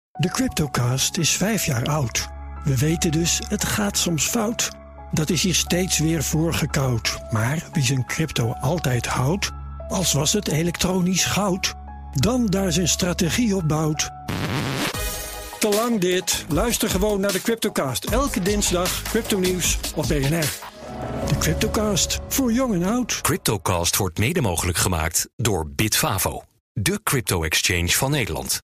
De CryptoCast is 5 jaar oud. We weten dus, het gaat soms fout. Dat is hier steeds weer voorgekoud. Maar wie zijn crypto altijd houdt, als was het elektronisch goud, dan daar zijn strategie op bouwt. Te lang dit. Luister gewoon naar de CryptoCast. Elke dinsdag crypto-nieuws op BNR. De CryptoCast, voor jong en oud. CryptoCast wordt mede mogelijk gemaakt door Bitfavo, de crypto-exchange van Nederland.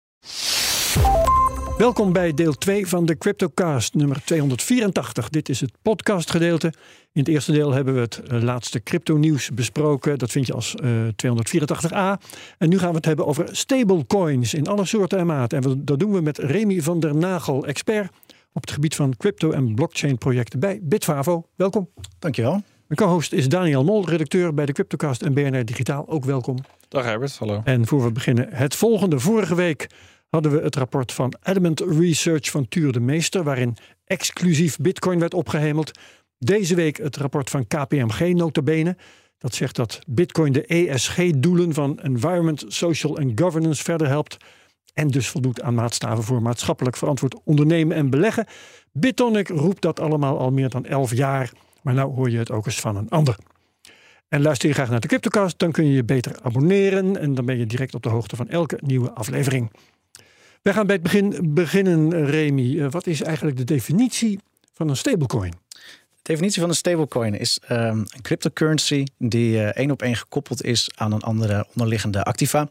Welkom bij deel 2 van de CryptoCast, nummer 284. Dit is het podcastgedeelte. In het eerste deel hebben we het laatste crypto-nieuws besproken. Dat vind je als 284a. En nu gaan we het hebben over stablecoins in alle soorten en maten. En dat doen we met Remy van der Nagel, expert op het gebied van crypto- en blockchain-projecten bij Bitfavo. Welkom. Dankjewel. Mijn co-host is Daniel Mol, redacteur bij de CryptoCast en BNR Digitaal. Ook welkom. Dag Herbert, hallo. En voor we beginnen het volgende. Vorige week hadden we het rapport van Adamant Research van Tuur de Meester, waarin exclusief Bitcoin werd opgehemeld. Deze week het rapport van KPMG nota bene. Dat zegt dat Bitcoin de ESG-doelen van Environment, Social en Governance verder helpt. En dus voldoet aan maatstaven voor maatschappelijk verantwoord ondernemen en beleggen. BitTonic roept dat allemaal al meer dan 11 jaar. Maar nou hoor je het ook eens van een ander. En luister je graag naar de CryptoCast, dan kun je je beter abonneren. En dan ben je direct op de hoogte van elke nieuwe aflevering. Wij gaan bij het begin beginnen, Remy. Wat is eigenlijk de definitie van een stablecoin? De definitie van een stablecoin is een cryptocurrency die 1 op 1 gekoppeld is aan een andere onderliggende activa.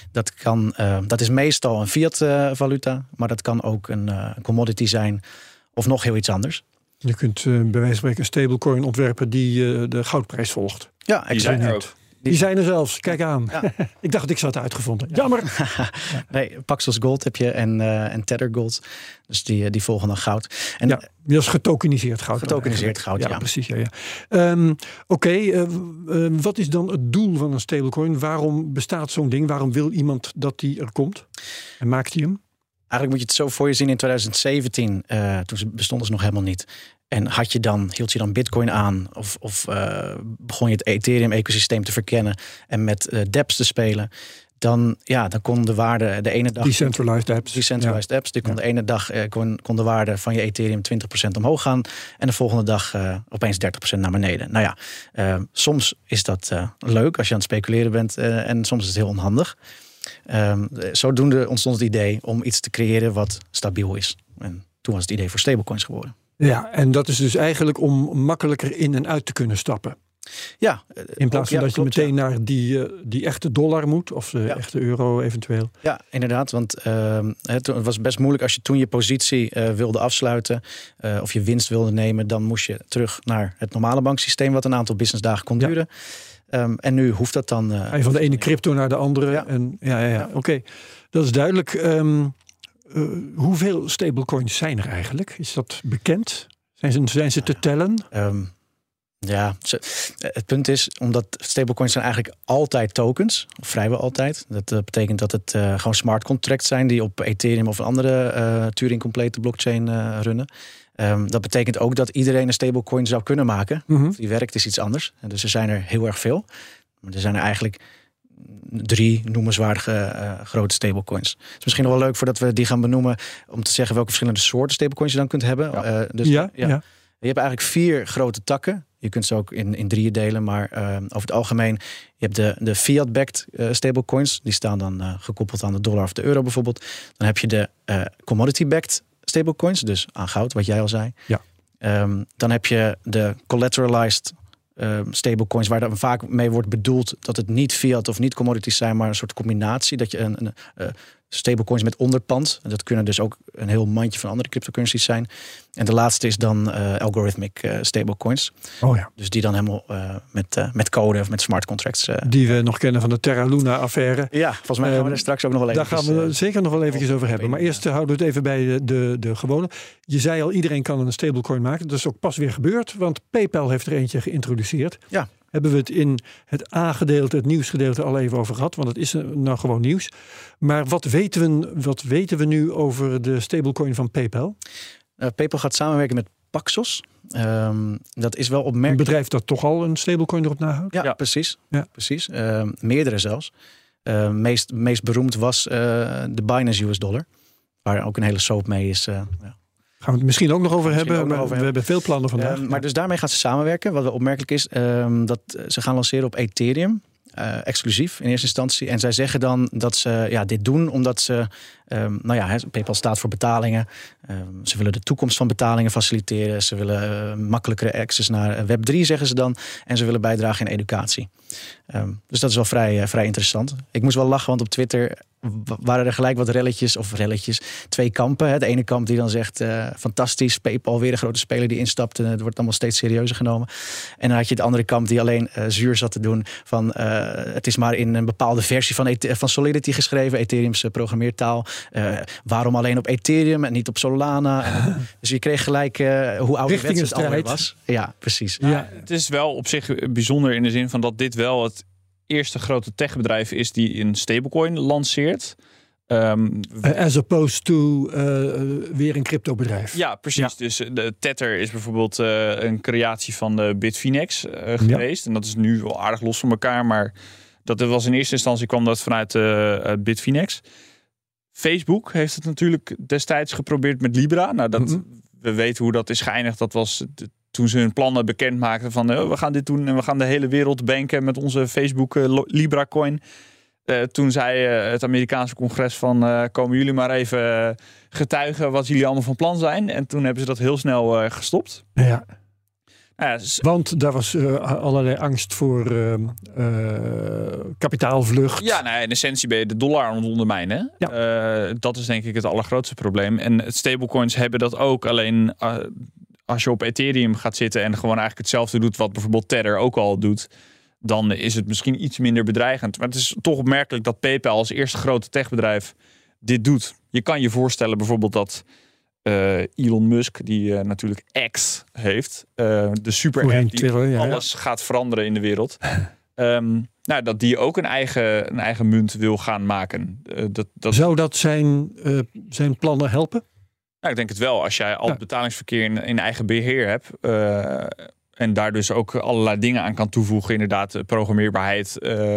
Dat is meestal een fiat valuta, maar dat kan ook een commodity zijn of nog heel iets anders. Je kunt bij wijze van spreken een stablecoin ontwerpen die de goudprijs volgt. Ja, Die zijn er ook. Die zijn er zelfs, kijk aan. Ja. Ik dacht ik zou het uitgevonden. Jammer. Nee, Paxos Gold heb je en Tether Gold. Dus die volgen dan goud. En ja, dat is getokeniseerd goud. Getokeniseerd goud, ja. Precies, ja. Oké, wat is dan het doel van een stablecoin? Waarom bestaat zo'n ding? Waarom wil iemand dat die er komt? En maakt hij hem? Eigenlijk moet je het zo voor je zien in 2017. Toen bestonden ze nog helemaal niet. En hield je dan Bitcoin aan of begon je het Ethereum-ecosysteem te verkennen en met dApps te spelen, dan kon de waarde de ene dag... Decentralized apps. Die kon de ene dag kon de waarde van je Ethereum 20% omhoog gaan en de volgende dag opeens 30% naar beneden. Nou ja, soms is dat leuk als je aan het speculeren bent en soms is het heel onhandig. Zodoende ontstond het idee om iets te creëren wat stabiel is. En toen was het idee voor stablecoins geworden. Ja, en dat is dus eigenlijk om makkelijker in en uit te kunnen stappen. Ja. In plaats van dat je meteen naar die echte dollar moet, of de echte euro eventueel. Ja, inderdaad. Want het was best moeilijk als je toen je positie wilde afsluiten of je winst wilde nemen, dan moest je terug naar het normale banksysteem, wat een aantal businessdagen kon duren. En nu hoeft dat dan... Ga je van de ene crypto naar de andere. Ja. Oké, dat is duidelijk. Hoeveel stablecoins zijn er eigenlijk? Is dat bekend? Zijn ze te tellen? Het punt is, omdat stablecoins zijn eigenlijk altijd tokens, of vrijwel altijd. Dat betekent dat het gewoon smart contracts zijn die op Ethereum of een andere Turing-complete blockchain runnen. Dat betekent ook dat iedereen een stablecoin zou kunnen maken. Mm-hmm. Of die werkt is iets anders. En dus er zijn er heel erg veel. Maar er zijn er eigenlijk 3 noemenswaardige grote stablecoins. Het is misschien nog wel leuk voordat we die gaan benoemen, om te zeggen welke verschillende soorten stablecoins je dan kunt hebben. Ja. Je hebt eigenlijk 4 grote takken. Je kunt ze ook in 3 delen, maar over het algemeen, je hebt de fiat-backed stablecoins. Die staan dan gekoppeld aan de dollar of de euro bijvoorbeeld. Dan heb je de commodity-backed stablecoins, dus aan goud, wat jij al zei. Ja. Dan heb je de collateralized stablecoins, waar dan vaak mee wordt bedoeld dat het niet fiat of niet commodities zijn, maar een soort combinatie. Dat je een stablecoins met onderpand. En dat kunnen dus ook een heel mandje van andere cryptocurrencies zijn. En de laatste is dan algorithmic stablecoins. Oh ja. Dus die dan helemaal met code of met smart contracts. Die we nog kennen van de Terra Luna affaire. Ja, volgens mij gaan we er straks ook nog wel even. Daar gaan we zeker nog wel eventjes over hebben. Maar eerst houden we het even bij de gewone. Je zei al, iedereen kan een stablecoin maken. Dat is ook pas weer gebeurd, want PayPal heeft er eentje geïntroduceerd. Ja. Hebben we het in het A-gedeelte, het nieuwsgedeelte al even over gehad. Want het is nou gewoon nieuws. Maar wat weten we nu over de stablecoin van PayPal? PayPal gaat samenwerken met Paxos. Dat is wel opmerkelijk. Een bedrijf dat toch al een stablecoin erop nahoudt? Ja, precies. Ja. Precies. Meerdere zelfs. Meest beroemd was de Binance US dollar. waar ook een hele soap mee is. Gaan we het misschien ook nog over hebben. We hebben veel plannen vandaag. Maar dus daarmee gaan ze samenwerken. Wat wel opmerkelijk is, dat ze gaan lanceren op Ethereum. Exclusief in eerste instantie. En zij zeggen dan dat ze dit doen omdat ze... PayPal staat voor betalingen. Ze willen de toekomst van betalingen faciliteren. Ze willen makkelijkere access naar Web3, zeggen ze dan. En ze willen bijdragen in educatie. Dus dat is wel vrij interessant. Ik moest wel lachen, want op Twitter waren er gelijk wat relletjes. 2 kampen. Het ene kamp die dan zegt, fantastisch, PayPal weer een grote speler die instapt. En het wordt allemaal steeds serieuzer genomen. En dan had je het andere kamp die alleen zuur zat te doen. Van het is maar in een bepaalde versie van Solidity geschreven. Ethereum's programmeertaal. Waarom alleen op Ethereum en niet op Solana? Dus je kreeg gelijk hoe ouderwets het alweer was. Ja, precies. Ja, het is wel op zich bijzonder in de zin van dat dit wel het eerste grote techbedrijf is die een stablecoin lanceert. As opposed to weer een cryptobedrijf. Ja, precies. Ja. Dus de Tether is bijvoorbeeld een creatie van de Bitfinex geweest. Ja. En dat is nu wel aardig los van elkaar. Maar dat was in eerste instantie kwam dat vanuit Bitfinex. Facebook heeft het natuurlijk destijds geprobeerd met Libra. Nou, we weten hoe dat is geëindigd. Dat was toen ze hun plannen bekend maakten van we gaan dit doen en we gaan de hele wereld banken met onze Facebook Libra coin. Toen zei het Amerikaanse congres van komen jullie maar even getuigen wat jullie allemaal van plan zijn. En toen hebben ze dat heel snel gestopt. Ja. Want daar was allerlei angst voor kapitaalvlucht. Ja, in essentie ben je de dollar aan het ondermijnen. Ja. Dat is denk ik het allergrootste probleem. En stablecoins hebben dat ook. Alleen als je op Ethereum gaat zitten en gewoon eigenlijk hetzelfde doet wat bijvoorbeeld Tether ook al doet, dan is het misschien iets minder bedreigend. Maar het is toch opmerkelijk dat PayPal als eerste grote techbedrijf dit doet. Je kan je voorstellen bijvoorbeeld dat Elon Musk, die natuurlijk X heeft, de super app die alles gaat veranderen in de wereld. Dat die ook een eigen munt wil gaan maken. Zou dat zijn plannen helpen? Nou, ik denk het wel. Als jij al het betalingsverkeer in eigen beheer hebt en daar dus ook allerlei dingen aan kan toevoegen, inderdaad, programmeerbaarheid,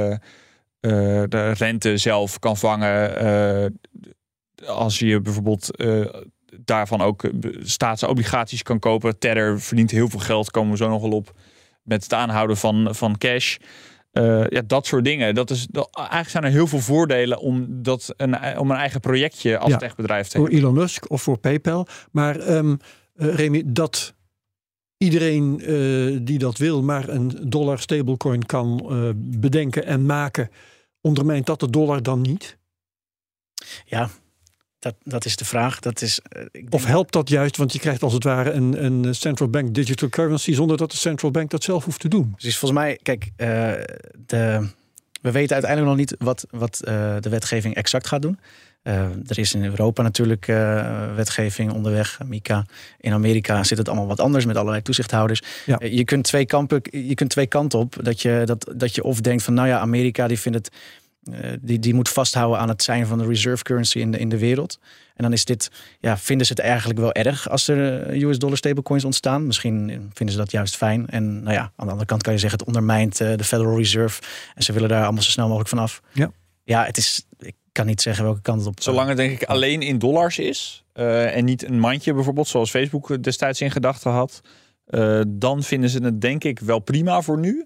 de rente zelf kan vangen. Als je bijvoorbeeld daarvan ook staatsobligaties kan kopen. Tether verdient heel veel geld, komen we zo nog wel op, met het aanhouden van cash. Dat soort dingen. Eigenlijk zijn er heel veel voordelen om een eigen projectje als techbedrijf te hebben. Voor Elon Musk of voor PayPal. Maar Remy, dat iedereen die dat wil, maar een dollar stablecoin kan bedenken en maken, ondermijnt dat de dollar dan niet? Ja, dat is de vraag. Of helpt dat juist, want je krijgt als het ware een central bank digital currency zonder dat de central bank dat zelf hoeft te doen. Dus volgens mij, kijk, we weten uiteindelijk nog niet wat de wetgeving exact gaat doen. Er is in Europa natuurlijk wetgeving onderweg, MiCA. In Amerika zit het allemaal wat anders met allerlei toezichthouders. Ja. Je kunt twee kanten op. Dat je of denkt van, Amerika die vindt het, die moet vasthouden aan het zijn van de reserve currency in de wereld. En dan is dit, vinden ze het eigenlijk wel erg als er US dollar stablecoins ontstaan. Misschien vinden ze dat juist fijn. En aan de andere kant kan je zeggen, het ondermijnt de Federal Reserve. En ze willen daar allemaal zo snel mogelijk vanaf. Ja, het is, ik kan niet zeggen welke kant het op. Zolang het denk ik alleen in dollars is en niet een mandje bijvoorbeeld, zoals Facebook destijds in gedachten had, dan vinden ze het denk ik wel prima voor nu.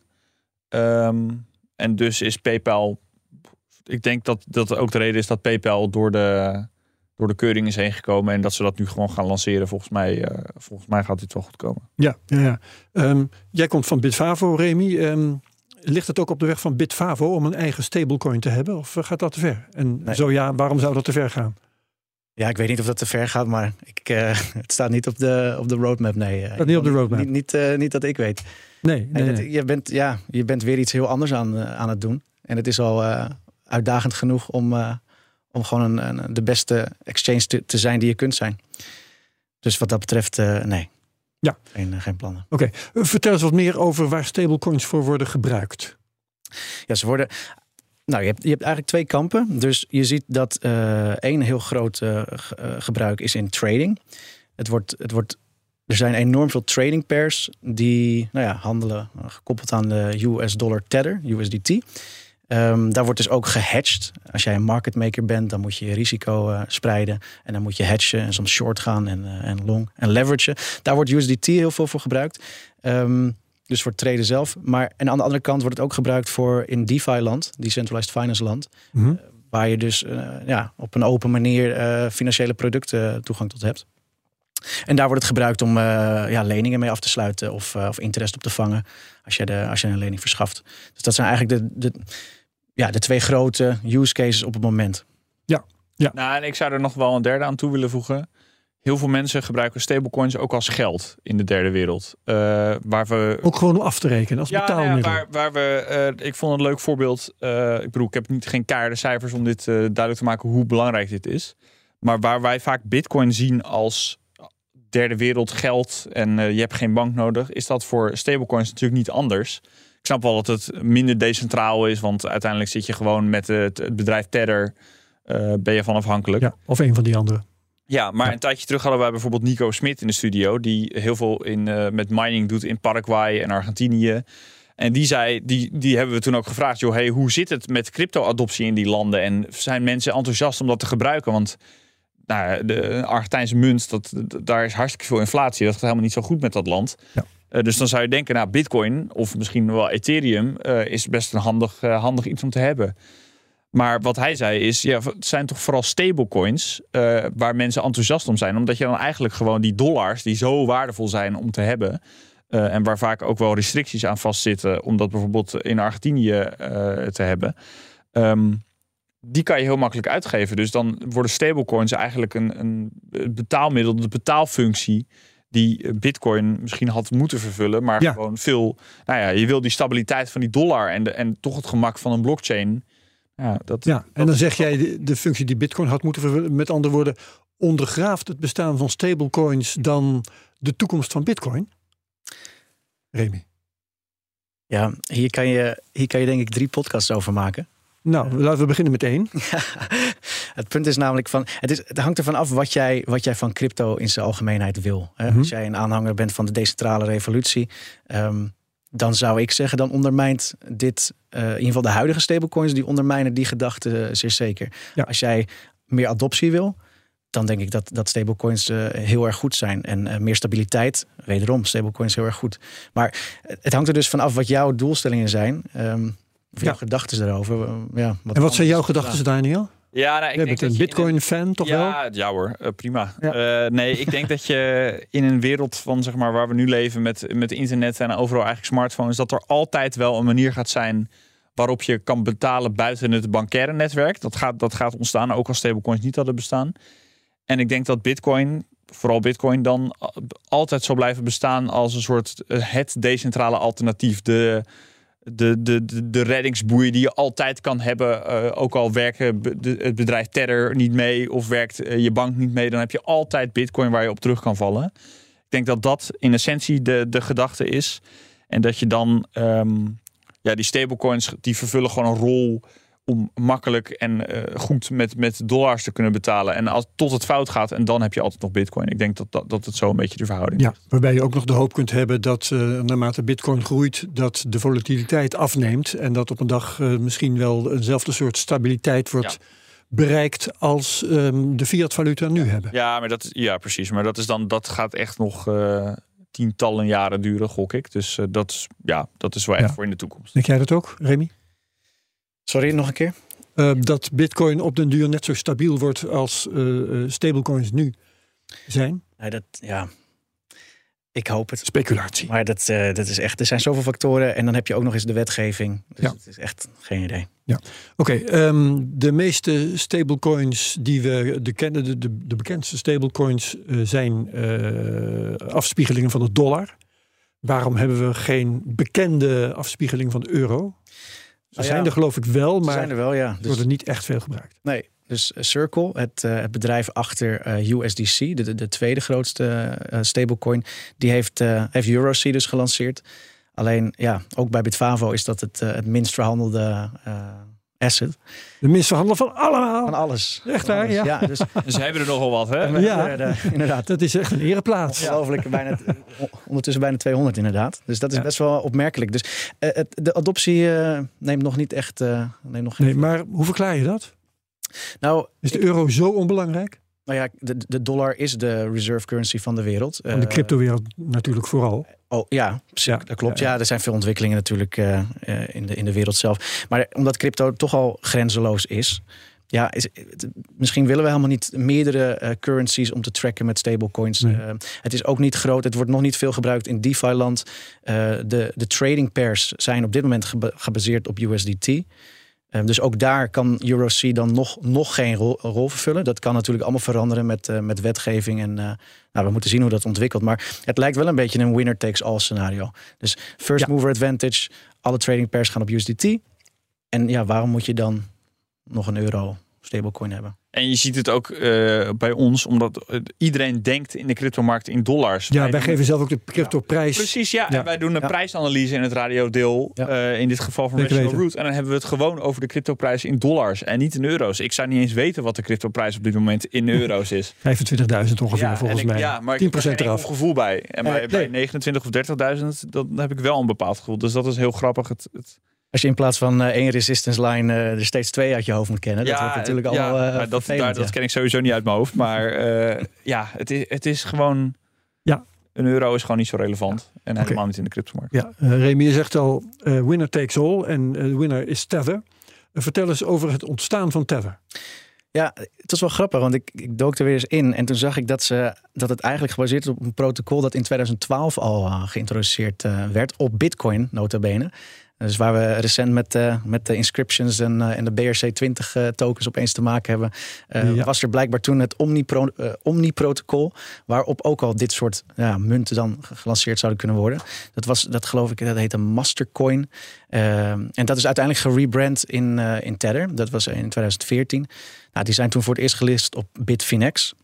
En dus is PayPal, ik denk dat ook de reden is dat PayPal door de keuring is heen gekomen en dat ze dat nu gewoon gaan lanceren. Volgens mij gaat dit wel goed komen. Ja. Jij komt van Bitfavo, Remy. Ligt het ook op de weg van Bitfavo om een eigen stablecoin te hebben? Of gaat dat te ver? En nee. Zo ja, waarom zou dat te ver gaan? Ja, ik weet niet of dat te ver gaat, maar het staat niet op de roadmap. Nee, staat niet op de roadmap? Niet dat ik weet. Nee. Je bent weer iets heel anders aan het doen. En het is al uitdagend genoeg om gewoon de beste exchange te zijn die je kunt zijn. Dus wat dat betreft, nee. Ja. Geen plannen. Oké. Vertel eens wat meer over waar stablecoins voor worden gebruikt. Ja, ze worden. Nou, je hebt eigenlijk twee kampen. Dus je ziet dat één heel groot gebruik is in trading. Er zijn enorm veel trading pairs die handelen gekoppeld aan de US dollar Tether, USDT. Daar wordt dus ook gehedged. Als jij een market maker bent, dan moet je je risico spreiden. En dan moet je hedgen en soms short gaan en long en leveragen. Daar wordt USDT heel veel voor gebruikt. Dus voor het traden zelf. Maar en aan de andere kant wordt het ook gebruikt voor in DeFi-land, decentralized finance land. Mm-hmm. Waar je dus op een open manier financiële producten toegang tot hebt. En daar wordt het gebruikt om leningen mee af te sluiten of interest op te vangen als je een lening verschaft. Dus dat zijn eigenlijk de twee grote use cases op het moment. Ja. Nou, en ik zou er nog wel een derde aan toe willen voegen. Heel veel mensen gebruiken stablecoins ook als geld in de derde wereld. Waar we ook gewoon om af te rekenen als betaalmiddel. Ik vond het een leuk voorbeeld. Ik heb geen keiharde cijfers om dit duidelijk te maken hoe belangrijk dit is. Maar waar wij vaak bitcoin zien als derde wereld geld en je hebt geen bank nodig, is dat voor stablecoins natuurlijk niet anders. Ik snap wel dat het minder decentraal is, want uiteindelijk zit je gewoon met het bedrijf Tether, ben je van afhankelijk. Ja, of een van die andere. Ja, maar een tijdje terug hadden wij bijvoorbeeld Nico Smit in de studio, die heel veel met mining doet in Paraguay en Argentinië. En die zei, die hebben we toen ook gevraagd, joh, hey, hoe zit het met crypto-adoptie in die landen? En zijn mensen enthousiast om dat te gebruiken? Want de Argentijnse munt, daar is hartstikke veel inflatie. Dat gaat helemaal niet zo goed met dat land. Ja. Dus dan zou je denken, Bitcoin of misschien wel Ethereum is best een handig iets om te hebben. Maar wat hij zei is, het zijn toch vooral stablecoins waar mensen enthousiast om zijn. Omdat je dan eigenlijk gewoon die dollars die zo waardevol zijn om te hebben. En waar vaak ook wel restricties aan vastzitten om dat bijvoorbeeld in Argentinië te hebben. Die kan je heel makkelijk uitgeven. Dus dan worden stablecoins eigenlijk een betaalmiddel, de betaalfunctie die Bitcoin misschien had moeten vervullen. Maar gewoon veel, je wil die stabiliteit van die dollar en toch het gemak van een blockchain. En dan zeg jij de functie die Bitcoin had moeten vervullen. Met andere woorden, ondergraaft het bestaan van stablecoins dan de toekomst van Bitcoin? Remy? Ja, hier kan je denk ik 3 podcasts over maken. Nou, laten we beginnen met 1. Het punt is namelijk het hangt ervan af wat jij van crypto in zijn algemeenheid wil. Mm-hmm. Als jij een aanhanger bent van de decentrale revolutie, dan zou ik zeggen, dan ondermijnt dit, in ieder geval de huidige stablecoins, die ondermijnen die gedachte zeer zeker. Ja. Als jij meer adoptie wil, dan denk ik dat stablecoins heel erg goed zijn. En meer stabiliteit, wederom, stablecoins heel erg goed. Maar het hangt er dus vanaf wat jouw doelstellingen zijn. Jouw gedachten daarover. En wat zijn jouw gedachten, Daniel? Ja, ik bent een Bitcoin-fan, toch wel? Ja hoor, prima. Ja. Ik denk dat je in een wereld van, zeg maar, waar we nu leven met internet en overal eigenlijk smartphones, dat er altijd wel een manier gaat zijn waarop je kan betalen buiten het bankaire netwerk. Dat gaat ontstaan, ook als stablecoins niet hadden bestaan. En ik denk dat vooral Bitcoin dan altijd zal blijven bestaan als een soort het decentrale alternatief. De reddingsboei die je altijd kan hebben. Ook al werken het bedrijf Tether niet mee of werkt je bank niet mee, dan heb je altijd Bitcoin waar je op terug kan vallen. Ik denk dat in essentie de gedachte is. En dat je dan die stablecoins die vervullen gewoon een rol om makkelijk en goed met dollars te kunnen betalen. En tot het fout gaat, en dan heb je altijd nog Bitcoin. Ik denk dat het zo een beetje de verhouding is. Waarbij je ook nog de hoop kunt hebben dat naarmate Bitcoin groeit, dat de volatiliteit afneemt. En dat op een dag misschien wel eenzelfde soort stabiliteit wordt bereikt als de fiat-valuta nu hebben. Ja, maar precies. Maar dat gaat echt nog tientallen jaren duren, gok ik. Dus dat is wel echt voor in de toekomst. Denk jij dat ook, Remy? Sorry, nog een keer? Dat Bitcoin op den duur net zo stabiel wordt als stablecoins nu zijn? Ik hoop het. Speculatie. Maar dat is echt, er zijn zoveel factoren en dan heb je ook nog eens de wetgeving. Dus het is echt geen idee. Ja. Oké, de meeste stablecoins die we kennen, de bekendste stablecoins zijn afspiegelingen van de dollar. Waarom hebben we geen bekende afspiegeling van de euro? Ze zijn er geloof ik wel, maar zijn er wel, ja. Dus worden niet echt veel gebruikt. Nee, dus Circle, het bedrijf achter USDC, de tweede grootste stablecoin, die heeft EuroC dus gelanceerd. Alleen, ook bij Bitfavo is dat het minst verhandelde asset. De minst verhandelen van allemaal. Van alles. Echt waar, alles. ja. Dus Ze hebben er nogal wat, hè? inderdaad. Dat is echt een ereplaats. Ongelooflijk, ondertussen bijna 200 inderdaad. Dus dat is best wel opmerkelijk. Dus de adoptie neemt nog niet echt... Nee, maar hoe verklaar je dat? Nou, is de euro zo onbelangrijk? Nou ja, de dollar is de reserve currency van de wereld. Van de cryptowereld natuurlijk vooral. Oh ja, dat klopt. Ja, er zijn veel ontwikkelingen natuurlijk in de wereld zelf. Maar omdat crypto toch al grenzeloos is... Ja, misschien willen we helemaal niet meerdere currencies om te tracken met stablecoins. Nee. Het is ook niet groot. Het wordt nog niet veel gebruikt in DeFi-land. De trading pairs zijn op dit moment gebaseerd op USDT. Dus ook daar kan EuroC dan nog geen rol vervullen. Dat kan natuurlijk allemaal veranderen met wetgeving. En we moeten zien hoe dat ontwikkelt. Maar het lijkt wel een beetje een winner-takes-all scenario. Dus first mover advantage. Alle trading pairs gaan op USDT. En ja, waarom moet je dan nog een euro stablecoin hebben? En je ziet het ook bij ons, omdat iedereen denkt in de cryptomarkt in dollars. Ja, wij geven zelf ook de cryptoprijs. Precies, ja. En wij doen een prijsanalyse in het radiodeel. In dit geval van Rational Root. En dan hebben we het gewoon over de cryptoprijs in dollars en niet in euro's. Ik zou niet eens weten wat de cryptoprijs op dit moment in euro's is. 25.000 ongeveer volgens mij. Ja, maar 10% ik heb er eraf. een gevoel bij. En bij 29 of 30.000, dan heb ik wel een bepaald gevoel. Dus dat is heel grappig. Als je in plaats van één resistance line er steeds 2 uit je hoofd moet kennen. Dat wordt natuurlijk allemaal dat ken ik sowieso niet uit mijn hoofd. Maar het is gewoon... Ja. Een euro is gewoon niet zo relevant. En helemaal niet in de cryptomarkt. Ja, Remy, je zegt al winner takes all. En winner is Tether. Vertel eens over het ontstaan van Tether. Ja, het was wel grappig, want ik dook er weer eens in. En toen zag ik dat het eigenlijk gebaseerd is op een protocol dat in 2012 al geïntroduceerd werd. Op Bitcoin, nota bene. Dus waar we recent met de inscriptions en de BRC20 tokens opeens te maken hebben. Was er blijkbaar toen het Omni-protocol. Waarop ook al dit soort munten dan gelanceerd zouden kunnen worden. Dat geloof ik, dat heette Mastercoin. En dat is uiteindelijk gerebrand in Tether. Dat was in 2014. Nou, die zijn toen voor het eerst gelist op Bitfinex.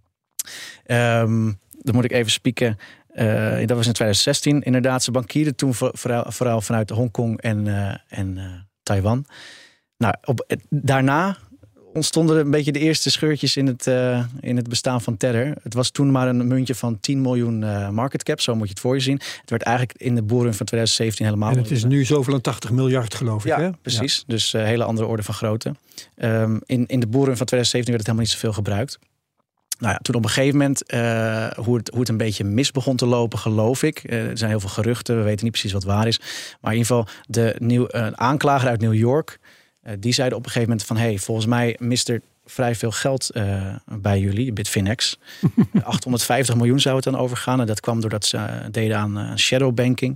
Dan moet ik even spieken. Dat was in 2016. Inderdaad, ze bankierden toen vooral vanuit Hongkong en Taiwan. Nou, daarna ontstonden een beetje de eerste scheurtjes in het bestaan van Tether. Het was toen maar een muntje van 10 miljoen market cap. Zo moet je het voor je zien. Het werd eigenlijk in de boelrun van 2017 helemaal... En het is nu zoveel aan 80 miljard geloof ik. Ja, hè? precies. Ja. Dus een hele andere orde van grootte. In de boelrun van 2017 werd het helemaal niet zoveel gebruikt. Nou ja, toen op een gegeven moment, hoe het een beetje mis begon te lopen, geloof ik. Er zijn heel veel geruchten, we weten niet precies wat waar is. Maar in ieder geval, de aanklager uit New York, die zeiden op een gegeven moment van... hey, volgens mij mist er vrij veel geld bij jullie, Bitfinex. 850 miljoen zou het dan overgaan. En dat kwam doordat ze deden aan shadowbanking.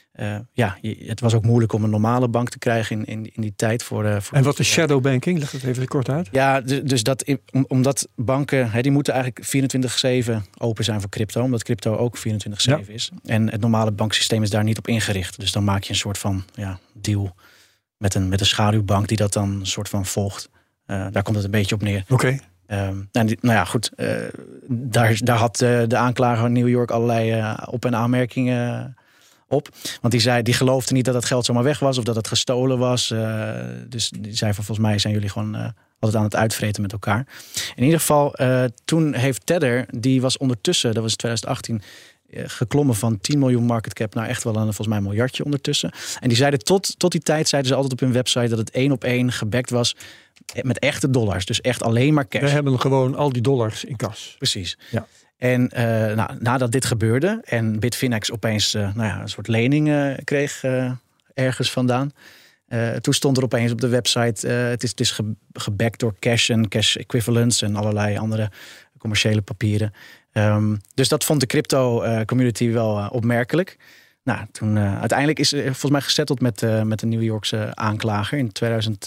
Het was ook moeilijk om een normale bank te krijgen in die tijd. En wat is shadowbanking? Leg het even kort uit. Ja, dus omdat banken, die moeten eigenlijk 24/7 open zijn voor crypto. Omdat crypto ook 24/7 is. En het normale banksysteem is daar niet op ingericht. Dus dan maak je een soort van deal met een schaduwbank die dat dan een soort van volgt. Daar komt het een beetje op neer. Oké. Goed. Daar had de aanklager van New York allerlei op- en aanmerkingen op. Want die geloofde niet dat het geld zomaar weg was of dat het gestolen was. Dus die zei van volgens mij zijn jullie gewoon altijd aan het uitvreten met elkaar. In ieder geval, toen heeft Tether, die was ondertussen, dat was in 2018... geklommen van 10 miljoen market cap naar echt wel volgens mij een miljardje ondertussen. En die zeiden tot die tijd, zeiden ze altijd op hun website, dat het 1 op 1 gebackt was met echte dollars. Dus echt alleen maar cash. We hebben gewoon al die dollars in kas. Precies. Ja. En nadat dit gebeurde en Bitfinex opeens een soort lening kreeg ergens vandaan. Toen stond er opeens op de website, het is gebackt door cash en cash equivalents en allerlei andere commerciële papieren. Dus dat vond de crypto community wel opmerkelijk. Nou, toen uiteindelijk is volgens mij gesetteld met de New Yorkse aanklager in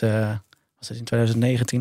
2019.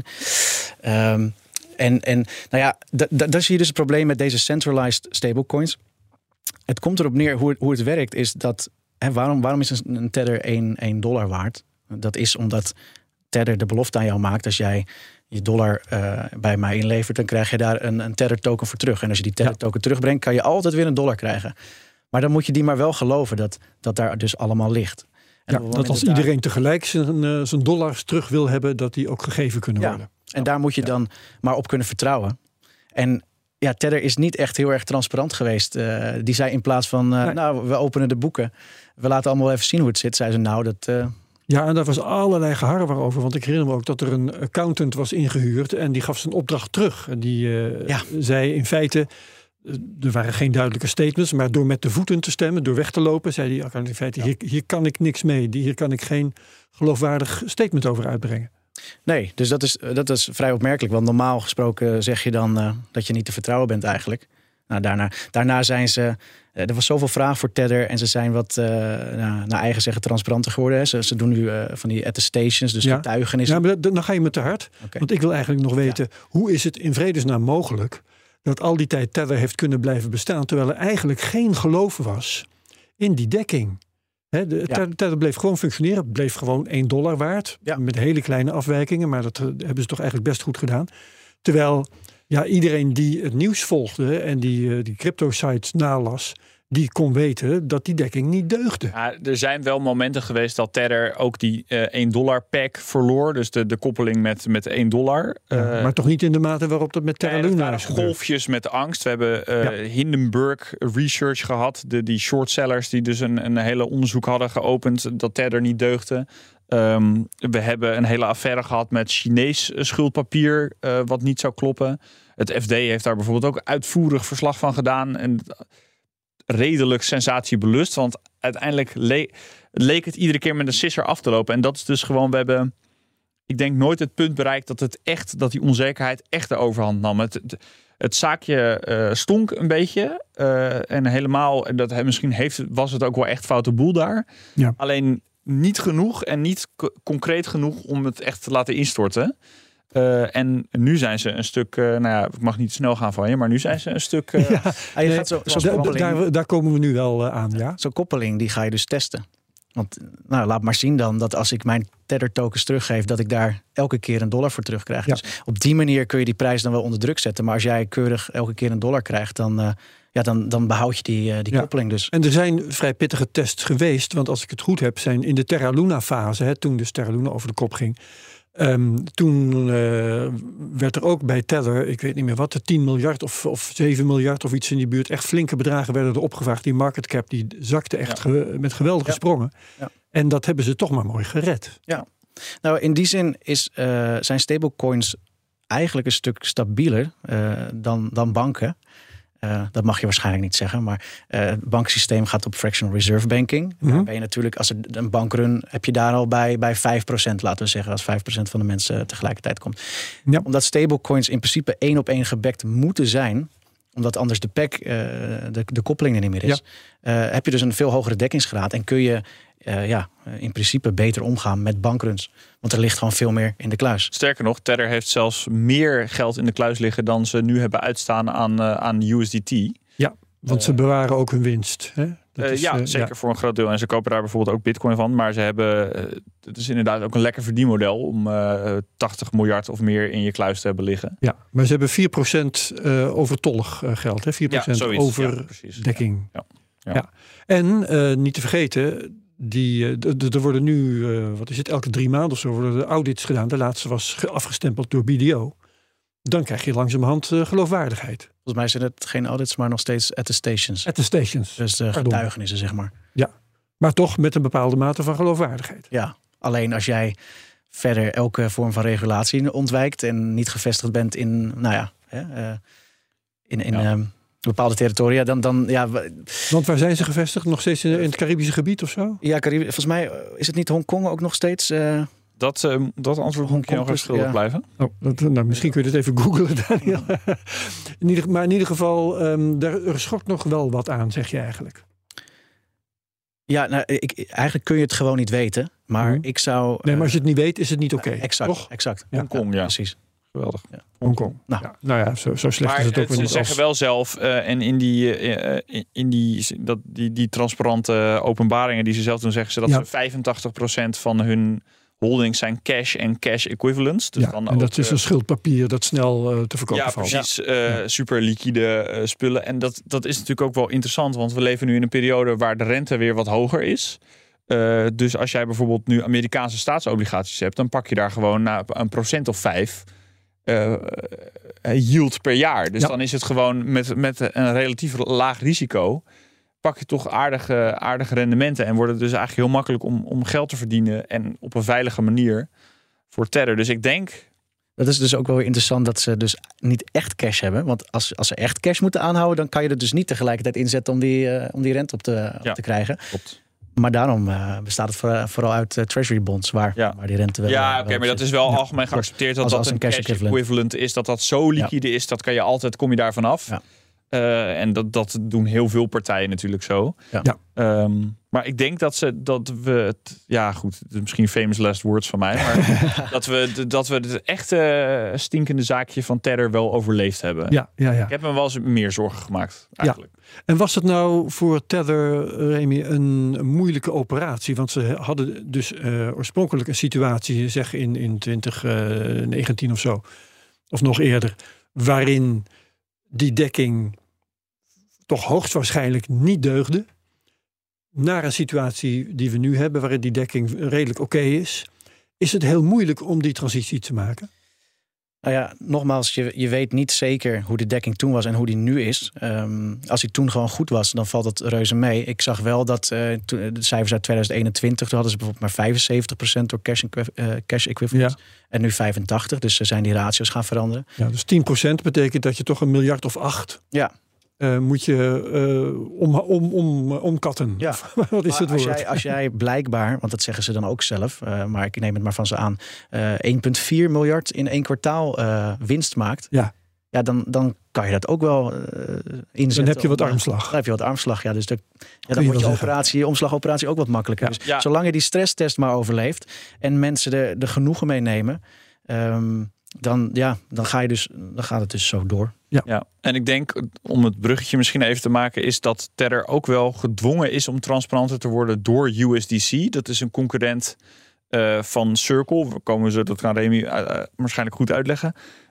Daar zie je dus het probleem met deze centralized stablecoins. Het komt erop neer hoe het werkt, is dat waarom is een Tether $1 waard? Dat is omdat Tether de belofte aan jou maakt, als jij je dollar bij mij inlevert, dan krijg je daar een Tether token voor terug. En als je die Tether token terugbrengt, kan je altijd weer $1 krijgen. Maar dan moet je die maar wel geloven dat daar dus allemaal ligt. En dat als iedereen tegelijk zijn dollars terug wil hebben, dat die ook gegeven kunnen worden. En daar moet je dan maar op kunnen vertrouwen. En ja, Tether is niet echt heel erg transparant geweest. Die zei in plaats van, we openen de boeken. We laten allemaal even zien hoe het zit. Zei ze, Ja, en daar was allerlei geharrewar over. Want ik herinner me ook dat er een accountant was ingehuurd. En die gaf zijn opdracht terug. En die zei in feite, er waren geen duidelijke statements. Maar door met de voeten te stemmen, door weg te lopen, zei die accountant in feite, hier kan ik niks mee. Hier kan ik geen geloofwaardig statement over uitbrengen. Nee, dus dat is vrij opmerkelijk. Want normaal gesproken zeg je dan dat je niet te vertrouwen bent eigenlijk. Nou, daarna zijn ze... Er was zoveel vraag voor Tether en ze zijn wat, naar eigen zeggen, transparanter geworden. Hè. Ze doen nu van die attestations, dus getuigenissen. Ja, maar dan ga je me te hard. Okay. Want ik wil eigenlijk nog weten, hoe is het in vredesnaam mogelijk dat al die tijd Tether heeft kunnen blijven bestaan, terwijl er eigenlijk geen geloof was in die dekking? Tether bleef gewoon functioneren, bleef gewoon $1 waard. Ja. Met hele kleine afwijkingen, maar dat hebben ze toch eigenlijk best goed gedaan. Terwijl iedereen die het nieuws volgde en die crypto-sites nalas, die kon weten dat die dekking niet deugde. Ja, er zijn wel momenten geweest dat Tether ook die $1 pack verloor. Dus de koppeling met $1. Maar toch niet in de mate waarop dat met Terra Luna is gebeurd. Golfjes met angst. We hebben Hindenburg Research gehad. Die shortsellers die dus een hele onderzoek hadden geopend dat Tether niet deugde. We hebben een hele affaire gehad met Chinees schuldpapier wat niet zou kloppen. Het FD heeft daar bijvoorbeeld ook uitvoerig verslag van gedaan. En redelijk sensatiebelust. Want uiteindelijk leek het iedere keer met een sisser af te lopen. En dat is dus gewoon, we hebben, ik denk, nooit het punt bereikt dat die onzekerheid echt de overhand nam. Het zaakje stonk een beetje. En helemaal, misschien was het ook wel echt foute boel daar. Ja. Alleen niet genoeg en niet concreet genoeg om het echt te laten instorten. En nu zijn ze een stuk, ik mag niet snel gaan van je, maar nu zijn ze een stuk... Daar komen we nu wel aan, ja. Zo'n koppeling, die ga je dus testen. Want laat maar zien dan dat als ik mijn Tether tokens teruggeef, dat ik daar elke keer $1 voor terugkrijg. Ja. Dus op die manier kun je die prijs dan wel onder druk zetten. Maar als jij keurig elke keer $1 krijgt, dan behoud je die koppeling dus. En er zijn vrij pittige tests geweest. Want als ik het goed heb, zijn in de Terra Luna fase, toen dus Terra Luna over de kop ging, toen werd er ook bij Tether, ik weet niet meer wat, 10 miljard of 7 miljard of iets in die buurt, echt flinke bedragen werden er opgevraagd. Die market cap die zakte echt met geweldige sprongen. Ja. En dat hebben ze toch maar mooi gered. Ja. Nou, in die zin zijn stablecoins eigenlijk een stuk stabieler dan banken. Dat mag je waarschijnlijk niet zeggen, maar het banksysteem gaat op fractional reserve banking. Daar ben je natuurlijk, als er een bankrun, heb je daar al bij 5%, laten we zeggen, als 5% van de mensen tegelijkertijd komt. Ja. Omdat stablecoins in principe 1-op-1 gebackt moeten zijn, omdat anders de pack, de koppeling er niet meer is, heb je dus een veel hogere dekkingsgraad en kun je in principe beter omgaan met bankruns. Want er ligt gewoon veel meer in de kluis. Sterker nog, Tether heeft zelfs meer geld in de kluis liggen dan ze nu hebben uitstaan aan USDT. Ja, want ze bewaren ook hun winst. Hè? Zeker voor een groot deel. En ze kopen daar bijvoorbeeld ook Bitcoin van. Maar ze hebben, het is inderdaad ook een lekker verdienmodel om 80 miljard of meer in je kluis te hebben liggen. Ja, maar ze hebben 4% overtollig geld. Hè? 4% overdekking. Ja. En niet te vergeten, er worden nu, elke 3 maanden of zo worden de audits gedaan. De laatste was afgestempeld door BDO. Dan krijg je langzamerhand geloofwaardigheid. Volgens mij zijn het geen audits, maar nog steeds attestations. Dus getuigenissen, zeg maar. Ja, maar toch met een bepaalde mate van geloofwaardigheid. Ja, alleen als jij verder elke vorm van regulatie ontwijkt en niet gevestigd bent in, bepaalde territoria, dan. Want waar zijn ze gevestigd? Nog steeds in het Caribische gebied of zo? Ja, volgens mij is het niet Hongkong ook nog steeds. Dat antwoord moet je nog eens schuldig blijven. Misschien kun je het even googlen, Daniel. Maar in ieder geval, er schokt nog wel wat aan, zeg je eigenlijk. Ja, eigenlijk kun je het gewoon niet weten. Maar ik zou... Nee, maar als je het niet weet, is het niet oké. Exact. Hongkong, precies. Geweldig. Ja. Hongkong. Zo slecht maar is het ook niet. Ze zeggen wel zelf, en in die transparante openbaringen die ze zelf doen, zeggen ze dat ze 85% van hun holdings zijn cash en cash equivalents. Dus dan en dat is een schuldpapier dat snel te verkopen valt. Precies. Super liquide spullen. En dat is natuurlijk ook wel interessant, want we leven nu in een periode waar de rente weer wat hoger is. Dus als jij bijvoorbeeld nu Amerikaanse staatsobligaties hebt, dan pak je daar gewoon een 5% yield per jaar. Dus dan is het gewoon met een relatief laag risico, pak je toch aardige rendementen en wordt het dus eigenlijk heel makkelijk om geld te verdienen en op een veilige manier voor Tether. Dus ik denk... Dat is dus ook wel weer interessant dat ze dus niet echt cash hebben. Want als ze echt cash moeten aanhouden, dan kan je er dus niet tegelijkertijd inzetten om die rente op te krijgen. Klopt. Maar daarom bestaat het vooral uit treasury bonds, waar die rente wel... Ja, oké, maar dat is wel algemeen geaccepteerd dat een cash equivalent is. Dat zo liquide is, dat kan je altijd, kom je daarvan af. Ja. En dat doen heel veel partijen natuurlijk zo. Ja. Maar ik denk dat we het... Ja, goed, misschien famous last words van mij. Maar dat we het echte stinkende zaakje van Tether wel overleefd hebben. Ja. Ik heb me wel eens meer zorgen gemaakt, eigenlijk. Ja. En was het nou voor Tether, Remy, een moeilijke operatie? Want ze hadden dus oorspronkelijk een situatie, zeg in 2019 of zo, of nog eerder, waarin die dekking toch hoogstwaarschijnlijk niet deugde, naar een situatie die we nu hebben, waarin die dekking redelijk oké is. Is het heel moeilijk om die transitie te maken? Nou ja, nogmaals, je weet niet zeker hoe de dekking toen was en hoe die nu is. Als die toen gewoon goed was, dan valt het reuze mee. Ik zag wel dat de cijfers uit 2021, toen hadden ze bijvoorbeeld maar 75% door cash equivalents. Ja. En nu 85%, dus zijn die ratio's gaan veranderen. Ja, dus 10% betekent dat je toch 1 miljard of 8... Ja. Moet je omkatten. Ja. Wat is het woord? Als jij blijkbaar, want dat zeggen ze dan ook zelf, maar ik neem het maar van ze aan, 1,4 miljard in 1 kwartaal winst maakt. Ja, dan kan je dat ook wel inzetten. Dan heb je wat armslag. Dan heb je wat armslag, ja. Dus dan wordt je omslagoperatie ook wat makkelijker. Ja. Dus zolang je die stresstest maar overleeft en mensen er genoegen mee nemen, dan gaat het dus zo door. Ja, en ik denk, om het bruggetje misschien even te maken, is dat Tether ook wel gedwongen is om transparanter te worden door USDC. Dat is een concurrent van Circle. Dat kan Remy waarschijnlijk goed uitleggen.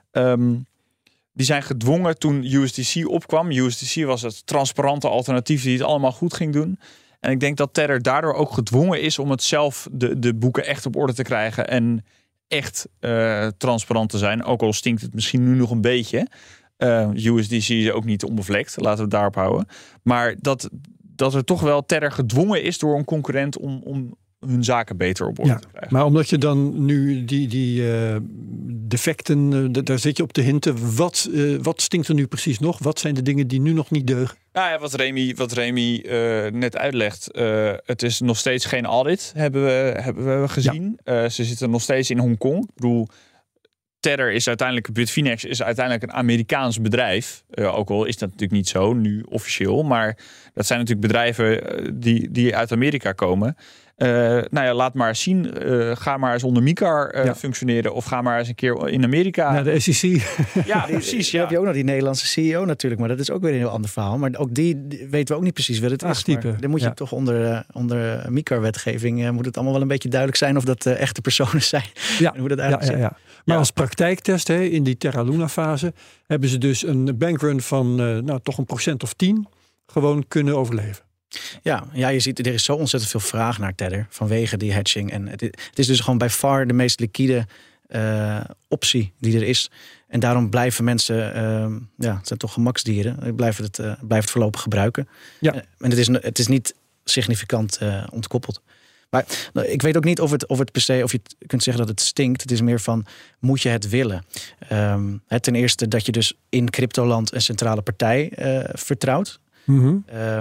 Die zijn gedwongen toen USDC opkwam. USDC was het transparante alternatief die het allemaal goed ging doen. En ik denk dat Tether daardoor ook gedwongen is om het zelf de boeken echt op orde te krijgen en echt transparant te zijn. Ook al stinkt het misschien nu nog een beetje. USDC is ook niet onbevlekt. Laten we het daarop houden. Maar dat er toch wel Tether gedwongen is door een concurrent om hun zaken beter op orde te krijgen. Maar omdat je dan nu die defecten, daar zit je op te hinten. Wat stinkt er nu precies nog? Wat zijn de dingen die nu nog niet deugen? Nou ja, wat Remy net uitlegt. Het is nog steeds geen audit, hebben we gezien. Ja. Ze zitten nog steeds in Hongkong. Ik bedoel, Tether is uiteindelijk, Bitfinex is uiteindelijk een Amerikaans bedrijf. Ook al is dat natuurlijk niet zo, nu officieel. Maar dat zijn natuurlijk bedrijven die uit Amerika komen. Laat maar eens zien. Ga maar eens onder MiCAR functioneren. Of ga maar eens een keer in Amerika. Ja, de SEC. Ja, precies. Dan heb je ook nog die Nederlandse CEO natuurlijk. Maar dat is ook weer een heel ander verhaal. Maar ook die weten we ook niet precies wat het is. Dan moet je toch onder MiCAR-wetgeving moet het allemaal wel een beetje duidelijk zijn of dat echte personen zijn. Ja, en hoe dat eigenlijk zit. Ja. Maar als praktijktest in die Terra Luna fase hebben ze dus een bankrun van toch 1% of 10 gewoon kunnen overleven. Ja, je ziet, er is zo ontzettend veel vraag naar Tether vanwege die hedging. En het is dus gewoon bij far de meest liquide optie die er is. En daarom blijven mensen, het zijn toch gemaksdieren, blijven het voorlopig gebruiken. Ja. En het is niet significant ontkoppeld. Maar ik weet ook niet of het per se, of je kunt zeggen dat het stinkt. Het is meer van, moet je het willen? Ten eerste dat je dus in cryptoland een centrale partij vertrouwt. Mm-hmm.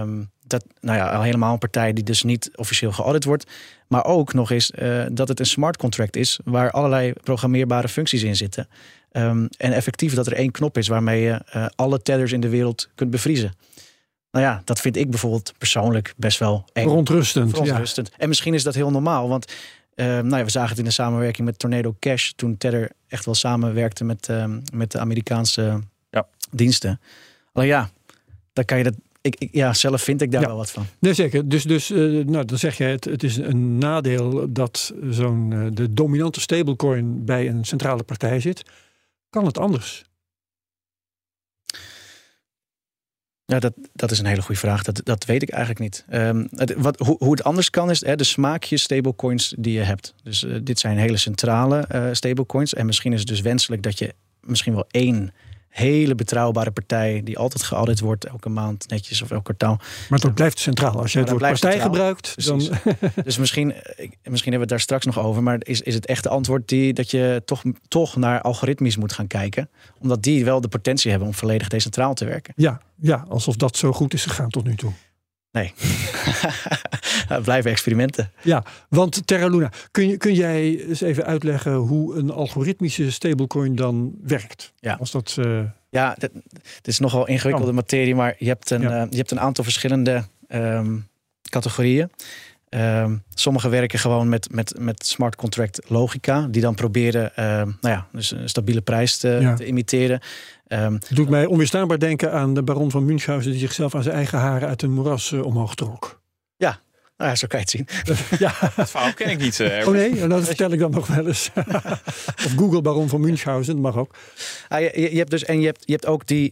Al helemaal een partij die dus niet officieel geaudit wordt. Maar ook nog eens dat het een smart contract is waar allerlei programmeerbare functies in zitten. En effectief dat er 1 knop is waarmee je alle tethers in de wereld kunt bevriezen. Nou ja, dat vind ik bijvoorbeeld persoonlijk best wel eng. Verontrustend. Ja. En misschien is dat heel normaal, want we zagen het in de samenwerking met Tornado Cash toen Tether echt wel samenwerkte met de Amerikaanse diensten. Alleen dan kan je dat. Zelf vind ik daar wel wat van. Nee, zeker. Dus dan zeg je het is een nadeel dat de dominante stablecoin bij een centrale partij zit. Kan het anders? Ja, dat is een hele goede vraag. Dat weet ik eigenlijk niet. Hoe het anders kan is de smaakjes stablecoins die je hebt. Dus dit zijn hele centrale stablecoins. En misschien is het dus wenselijk dat je misschien wel één hele betrouwbare partij die altijd geaudit wordt, elke maand netjes of elk kwartaal. Maar dat blijft centraal. Als je het woord partij centraal gebruikt, dan... Dus misschien hebben we het daar straks nog over, maar is het echte antwoord dat je toch naar algoritmes moet gaan kijken, omdat die wel de potentie hebben om volledig decentraal te werken. Ja, alsof dat zo goed is gegaan tot nu toe. Nee. Blijven experimenten. Ja, want Terra Luna, kun jij eens even uitleggen hoe een algoritmische stablecoin dan werkt? Ja. Als dat, Ja, het is nogal ingewikkelde materie, maar je hebt een aantal verschillende categorieën. Sommige werken gewoon met smart contract logica, die dan proberen dus een stabiele prijs te imiteren. Het doet mij onweerstaanbaar denken aan de baron van Münchhausen, die zichzelf aan zijn eigen haren uit een moeras omhoog trok. Ja. Nou ja, zo kan je het zien. Dat verhaal ken ik niet. Oh nee, dat vertel ik dan nog wel eens. Of Google baron van Münchhausen, dat mag ook. Je hebt ook die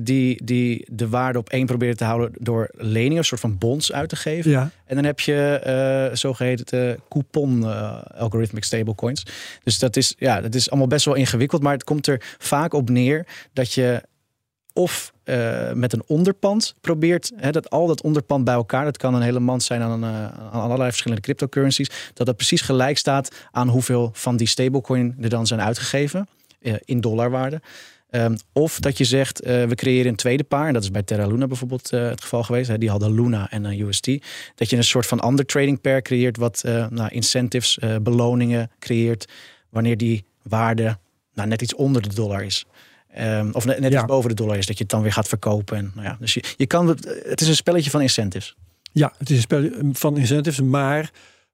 de waarde op 1 proberen te houden door leningen, een soort van bonds uit te geven. Ja. En dan heb je zogeheten coupon algorithmic stablecoins. Dus dat is allemaal best wel ingewikkeld, maar het komt er vaak op neer dat je of met een onderpand probeert, dat onderpand bij elkaar, dat kan een hele mand zijn aan allerlei verschillende cryptocurrencies, dat precies gelijk staat aan hoeveel van die stablecoin er dan zijn uitgegeven in dollarwaarde. Of dat je zegt, we creëren een tweede paar, en dat is bij Terra Luna bijvoorbeeld het geval geweest. Die hadden Luna en UST. Dat je een soort van ander trading pair creëert, wat incentives, beloningen creëert, wanneer die waarde net iets onder de dollar is. Of net iets boven de dollar is, dat je het dan weer gaat verkopen. En, dus je kan het is een spelletje van incentives. Ja, het is een spelletje van incentives, maar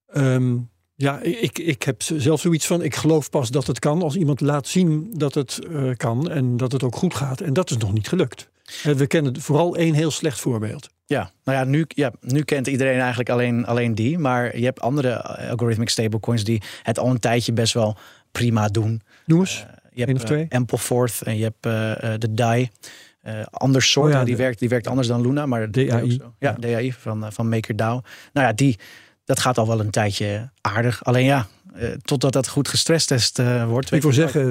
ik heb zelf zoiets van, ik geloof pas dat het kan als iemand laat zien dat het kan en dat het ook goed gaat. En dat is nog niet gelukt. We kennen vooral één heel slecht voorbeeld. Ja, nu kent iedereen eigenlijk alleen die, maar je hebt andere algorithmic stablecoins die het al een tijdje best wel prima doen. Noem eens. Je hebt Ampleforth en je hebt de DAI. Ander soort, die werkt anders dan Luna, maar DAI. DAI van MakerDAO. Nou ja, dat gaat al wel een tijdje aardig. Alleen totdat dat goed gestresstest wordt. Ik wil zeggen,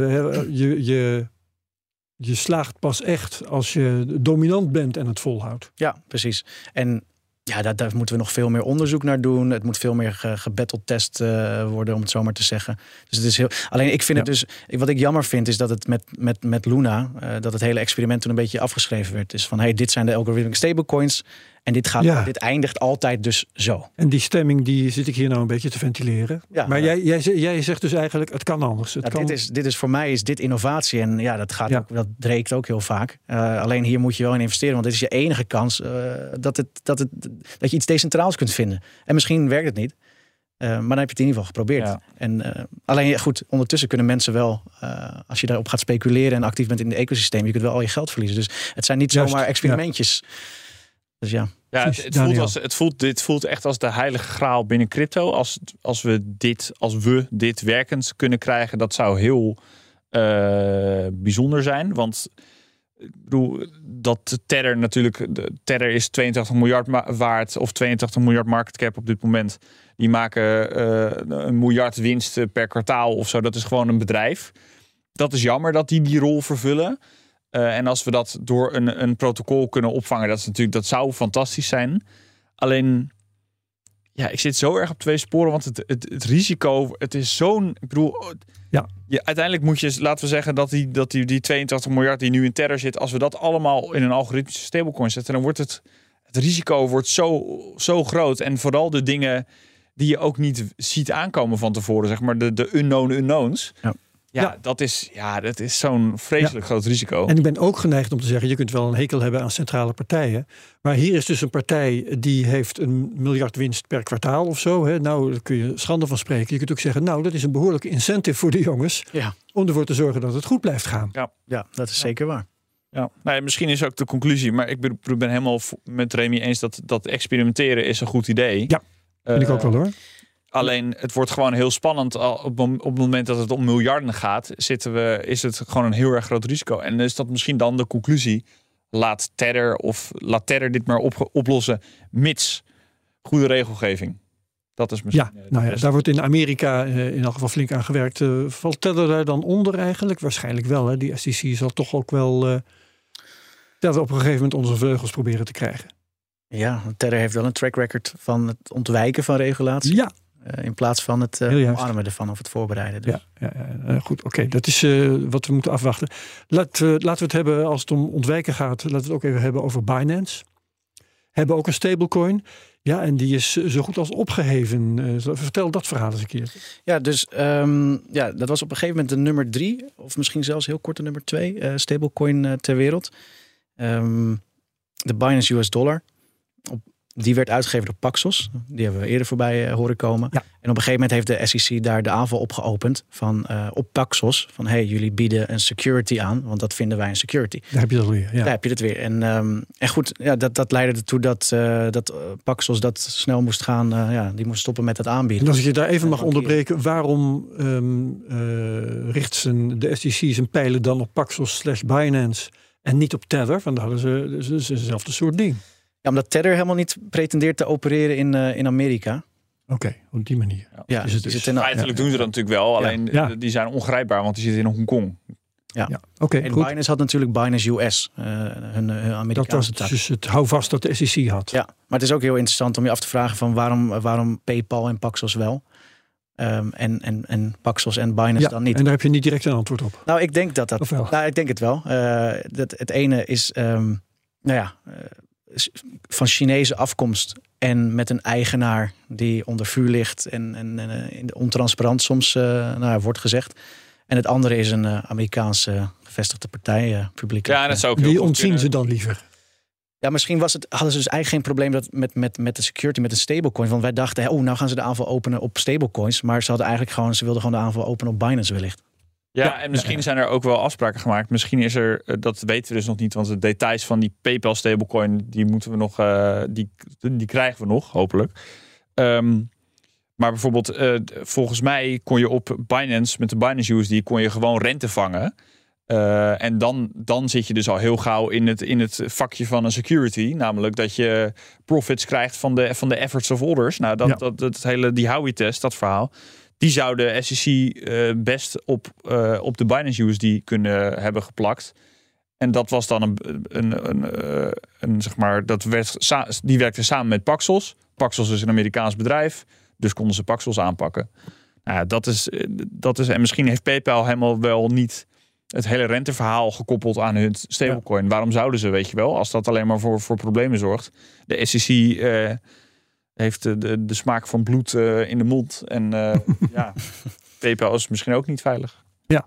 je slaagt pas echt als je dominant bent en het volhoudt. Ja, precies. En daar moeten we nog veel meer onderzoek naar doen. Het moet veel meer gebattletest worden, om het zo maar te zeggen. Dus het is heel. Alleen ik vind het dus. Wat ik jammer vind, is dat het met Luna, dat het hele experiment toen een beetje afgeschreven werd. Dus van dit zijn de algorithmic stablecoins. En dit eindigt altijd dus zo. En die stemming, die zit ik hier nou een beetje te ventileren. Ja, maar jij zegt dus eigenlijk, het kan anders. Dit is voor mij is dit innovatie. En dat breekt ook heel vaak. Alleen hier moet je wel in investeren. Want dit is je enige kans dat je iets decentraals kunt vinden. En misschien werkt het niet. Maar dan heb je het in ieder geval geprobeerd. Ja. En alleen goed, ondertussen kunnen mensen wel, als je daarop gaat speculeren en actief bent in het ecosysteem, je kunt wel al je geld verliezen. Dus het zijn niet zomaar experimentjes. Ja. Dus dit voelt echt als de heilige graal binnen crypto. Als we dit werkend kunnen krijgen, dat zou heel bijzonder zijn. Want ik bedoel, dat Tether natuurlijk, Tether is 82 miljard waard of 82 miljard market cap op dit moment. Die maken 1 miljard winst per kwartaal of zo. Dat is gewoon een bedrijf. Dat is jammer dat die rol vervullen. En als we dat door een protocol kunnen opvangen, dat zou fantastisch zijn. Alleen, ik zit zo erg op 2 sporen, want het risico, het is zo'n, ik bedoel, uiteindelijk moet je, laten we zeggen dat die 82 miljard die nu in Tether zit, als we dat allemaal in een algoritmische stablecoin zetten, dan wordt het risico wordt zo groot. En vooral de dingen die je ook niet ziet aankomen van tevoren, zeg maar de unknown unknowns. Ja, dat is zo'n vreselijk groot risico. En ik ben ook geneigd om te zeggen, je kunt wel een hekel hebben aan centrale partijen. Maar hier is dus een partij die heeft 1 miljard winst per kwartaal of zo. Nou, daar kun je schande van spreken. Je kunt ook zeggen, nou, dat is een behoorlijke incentive voor de jongens. Ja. Om ervoor te zorgen dat het goed blijft gaan. Ja, dat is zeker waar. Ja. Nou, misschien is ook de conclusie, maar ik ben helemaal met Remy eens dat experimenteren is een goed idee. Ja, vind ik ook wel hoor. Alleen het wordt gewoon heel spannend. Op het moment dat het om miljarden gaat, is het gewoon een heel erg groot risico. En is dat misschien dan de conclusie? laat Tether dit maar oplossen, mits goede regelgeving. Dat is misschien... daar wordt in Amerika in elk geval flink aan gewerkt. Valt Tether daar dan onder eigenlijk? Waarschijnlijk wel. Hè? Die SEC zal toch ook wel Tether op een gegeven moment onder zijn vleugels proberen te krijgen. Ja, Tether heeft wel een track record van het ontwijken van regulatie. Ja. In plaats van het omarmen ervan of het voorbereiden. Dus. Ja, goed. Oké, dat is wat we moeten afwachten. Laten we het hebben, als het om ontwijken gaat, laten we het ook even hebben over Binance. Hebben ook een stablecoin. Ja, en die is zo goed als opgeheven. Vertel dat verhaal eens een keer. Ja, dus dat was op een gegeven moment de nummer 3, of misschien zelfs heel kort de nummer 2 stablecoin ter wereld. De Binance US Dollar. Die werd uitgegeven door Paxos. Die hebben we eerder voorbij horen komen. Ja. En op een gegeven moment heeft de SEC daar de aanval op geopend op Paxos. Van jullie bieden een security aan, want dat vinden wij een security. Daar heb je dat weer. Ja. Daar heb je het weer. En goed, dat leidde ertoe dat Paxos dat snel moest gaan. Die moest stoppen met het aanbieden. En als ik je daar even mag onderbreken, waarom richt de SEC zijn pijlen dan op Paxos/Binance en niet op Tether? Want dan hadden ze hetzelfde soort ding. Ja, omdat Tether helemaal niet pretendeert te opereren in Amerika. Oké, op die manier. Ja, is het dus. Feitelijk doen ze dat natuurlijk wel. Alleen die zijn ongrijpbaar, want die zitten in Hongkong. Ja. En goed. Binance had natuurlijk Binance US, hun Amerikaanse tak. Dat was dus het houvast dat de SEC had. Ja, maar het is ook heel interessant om je af te vragen van waarom PayPal en Paxos wel en Paxos en Binance dan niet. En daar heb je niet direct een antwoord op. Nou, ik denk dat. Nou, ik denk het wel. Het ene is van Chinese afkomst en met een eigenaar die onder vuur ligt en ontransparant soms wordt gezegd. En het andere is een Amerikaanse gevestigde partij, publiek. Ja, dat zou ook die ontzien ze dan liever. Ja, misschien hadden ze dus eigenlijk geen probleem met de security, met een stablecoin. Want wij dachten, nou gaan ze de aanval openen op stablecoins. Maar ze wilden gewoon de aanval openen op Binance wellicht. Ja, en misschien zijn er ook wel afspraken gemaakt. Misschien is er, dat weten we dus nog niet, want de details van die PayPal stablecoin, die moeten we nog, die krijgen we nog, hopelijk. Maar bijvoorbeeld, volgens mij kon je op Binance, met de Binance USD, kon je gewoon rente vangen. En dan zit je dus al heel gauw in het vakje van een security. Namelijk dat je profits krijgt van de efforts of others. Nou, dat hele, die Howey-test, dat verhaal. Die zou de SEC best op de Binance USD kunnen hebben geplakt. En dat was dan een zeg maar, die werkte samen met Paxos. Paxos is een Amerikaans bedrijf, dus konden ze Paxos aanpakken. Nou, dat is, en misschien heeft PayPal helemaal wel niet het hele renteverhaal gekoppeld aan hun stablecoin. Ja. Waarom zouden ze, weet je wel, als dat alleen maar voor problemen zorgt? De SEC heeft de smaak van bloed in de mond. En PayPal is misschien ook niet veilig. Ja.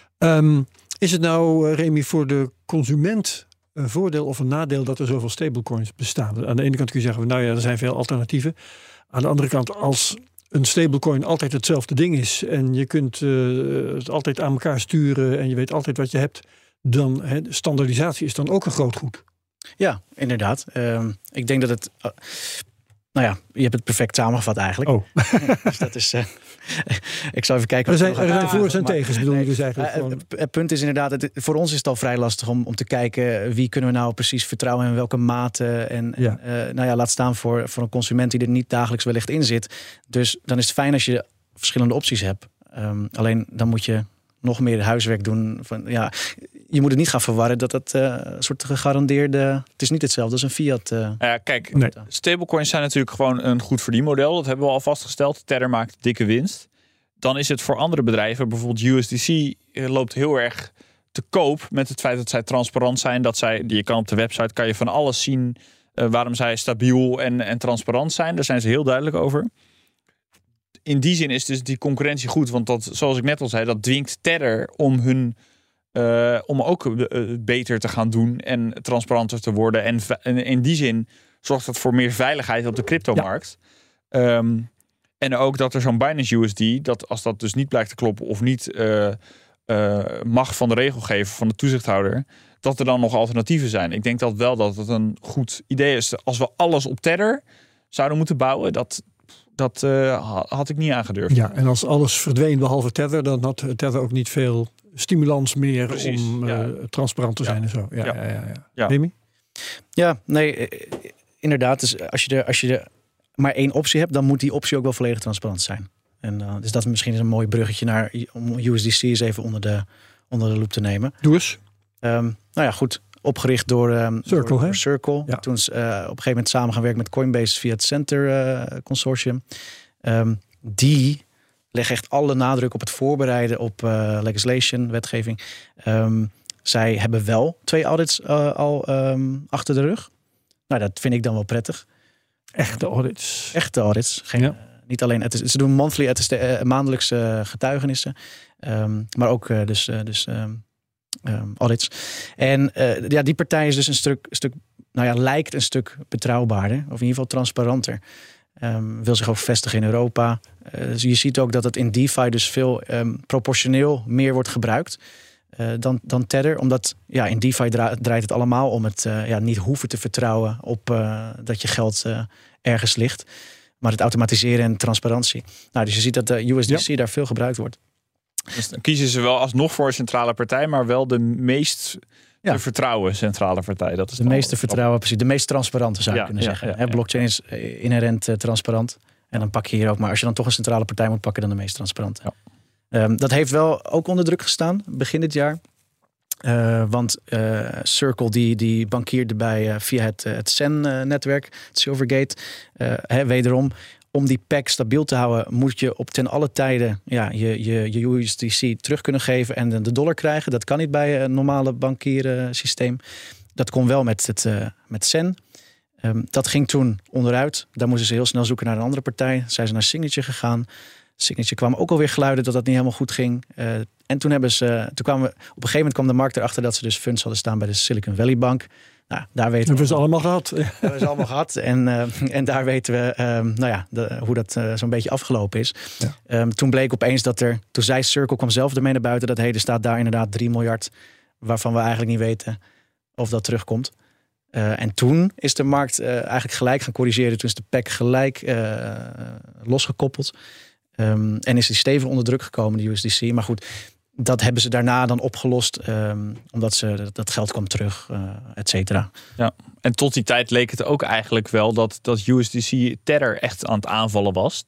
Is het nou, Remy, voor de consument een voordeel of een nadeel dat er zoveel stablecoins bestaan? Aan de ene kant kun je zeggen, er zijn veel alternatieven. Aan de andere kant, als een stablecoin altijd hetzelfde ding is en je kunt het altijd aan elkaar sturen en je weet altijd wat je hebt, dan standaardisatie is dan ook een groot goed. Ja, inderdaad. Ik denk dat het... je hebt het perfect samengevat eigenlijk. Oh. Dus dat is... ik zal even kijken... Er zijn voor's en tegens, bedoel je dus eigenlijk gewoon. Het punt is inderdaad, voor ons is het al vrij lastig om te kijken wie kunnen we nou precies vertrouwen en in welke mate. Laat staan voor een consument die er niet dagelijks wellicht in zit. Dus dan is het fijn als je verschillende opties hebt. Alleen dan moet je nog meer huiswerk doen. Je moet het niet gaan verwarren dat het een soort gegarandeerde... Het is niet hetzelfde als een fiat. Stablecoins zijn natuurlijk gewoon een goed verdienmodel. Dat hebben we al vastgesteld. Tether maakt dikke winst. Dan is het voor andere bedrijven, bijvoorbeeld USDC, loopt heel erg te koop met het feit dat zij transparant zijn. Je kan op de website kan je van alles zien waarom zij stabiel en transparant zijn. Daar zijn ze heel duidelijk over. In die zin is dus die concurrentie goed. Want dat, zoals ik net al zei, dat dwingt Tether om ook beter te gaan doen en transparanter te worden. En in die zin zorgt dat voor meer veiligheid op de cryptomarkt. Ja. En ook dat er zo'n Binance USD, dat als dat dus niet blijkt te kloppen of niet mag van de regelgever, van de toezichthouder, dat er dan nog alternatieven zijn. Ik denk dat het een goed idee is. Als we alles op Tether zouden moeten bouwen, dat had ik niet aangedurfd. Ja, en als alles verdween behalve Tether, dan had Tether ook niet veel stimulans meer. Precies, om transparant te zijn en zo. Ja. Demi? Ja, nee, inderdaad. Dus als je er maar één optie hebt, dan moet die optie ook wel volledig transparant zijn. En dus dat misschien is een mooi bruggetje naar om USDC eens even onder de loep te nemen. Doe eens. Nou ja, goed. Opgericht door Circle. Ja. Toen ze op een gegeven moment samen gaan werken met Coinbase via het Center Consortium. Die leggen echt alle nadruk op het voorbereiden op legislation, wetgeving. Zij hebben wel 2 audits al achter de rug. Nou, dat vind ik dan wel prettig. Echte audits. Echte audits. Niet alleen, ze doen maandelijkse getuigenissen. Maar ook audits. En die partij is dus een stuk lijkt een stuk betrouwbaarder. Of in ieder geval transparanter. Wil zich ook vestigen in Europa. Dus je ziet ook dat het in DeFi dus veel proportioneel meer wordt gebruikt dan Tether. Omdat in DeFi draait het allemaal om het niet hoeven te vertrouwen op dat je geld ergens ligt. Maar het automatiseren en transparantie. Nou, dus je ziet dat de USDC daar veel gebruikt wordt. Dus dan kiezen ze wel alsnog voor een centrale partij, maar wel de meest te vertrouwen centrale partij. Dat is de meeste vertrouwen, precies. De meest transparante zou je kunnen zeggen. Ja. Blockchain is inherent transparant. En dan pak je hier ook maar, als je dan toch een centrale partij moet pakken, dan de meest transparante. Ja. Dat heeft wel ook onder druk gestaan, begin dit jaar. Want Circle die bankierde bij via het SEN-netwerk, het Silvergate. Wederom, om die pack stabiel te houden, moet je op ten alle tijden je USDC terug kunnen geven en de dollar krijgen. Dat kan niet bij een normale bankiersysteem. Dat kon wel met SEN. Dat ging toen onderuit. Daar moesten ze heel snel zoeken naar een andere partij. Zijn ze naar Signature gegaan. Signature kwamen ook alweer geluiden dat niet helemaal goed ging. En toen kwamen we op een gegeven moment kwam de markt erachter dat ze dus funds hadden staan bij de Silicon Valley Bank. Nou, daar weten hebben we ze allemaal gehad. Dat hebben ze allemaal gehad. En daar weten we hoe dat zo'n beetje afgelopen is. Ja. Toen bleek opeens toen zei Circle, kwam zelf ermee naar buiten, dat er staat daar inderdaad 3 miljard, waarvan we eigenlijk niet weten of dat terugkomt. En toen is de markt eigenlijk gelijk gaan corrigeren. Toen is de pack gelijk losgekoppeld. En is die stevig onder druk gekomen, de USDC. Maar goed, dat hebben ze daarna dan opgelost. Omdat dat geld kwam terug, et cetera. Ja, en tot die tijd leek het ook eigenlijk wel dat USDC Tether echt aan het aanvallen was.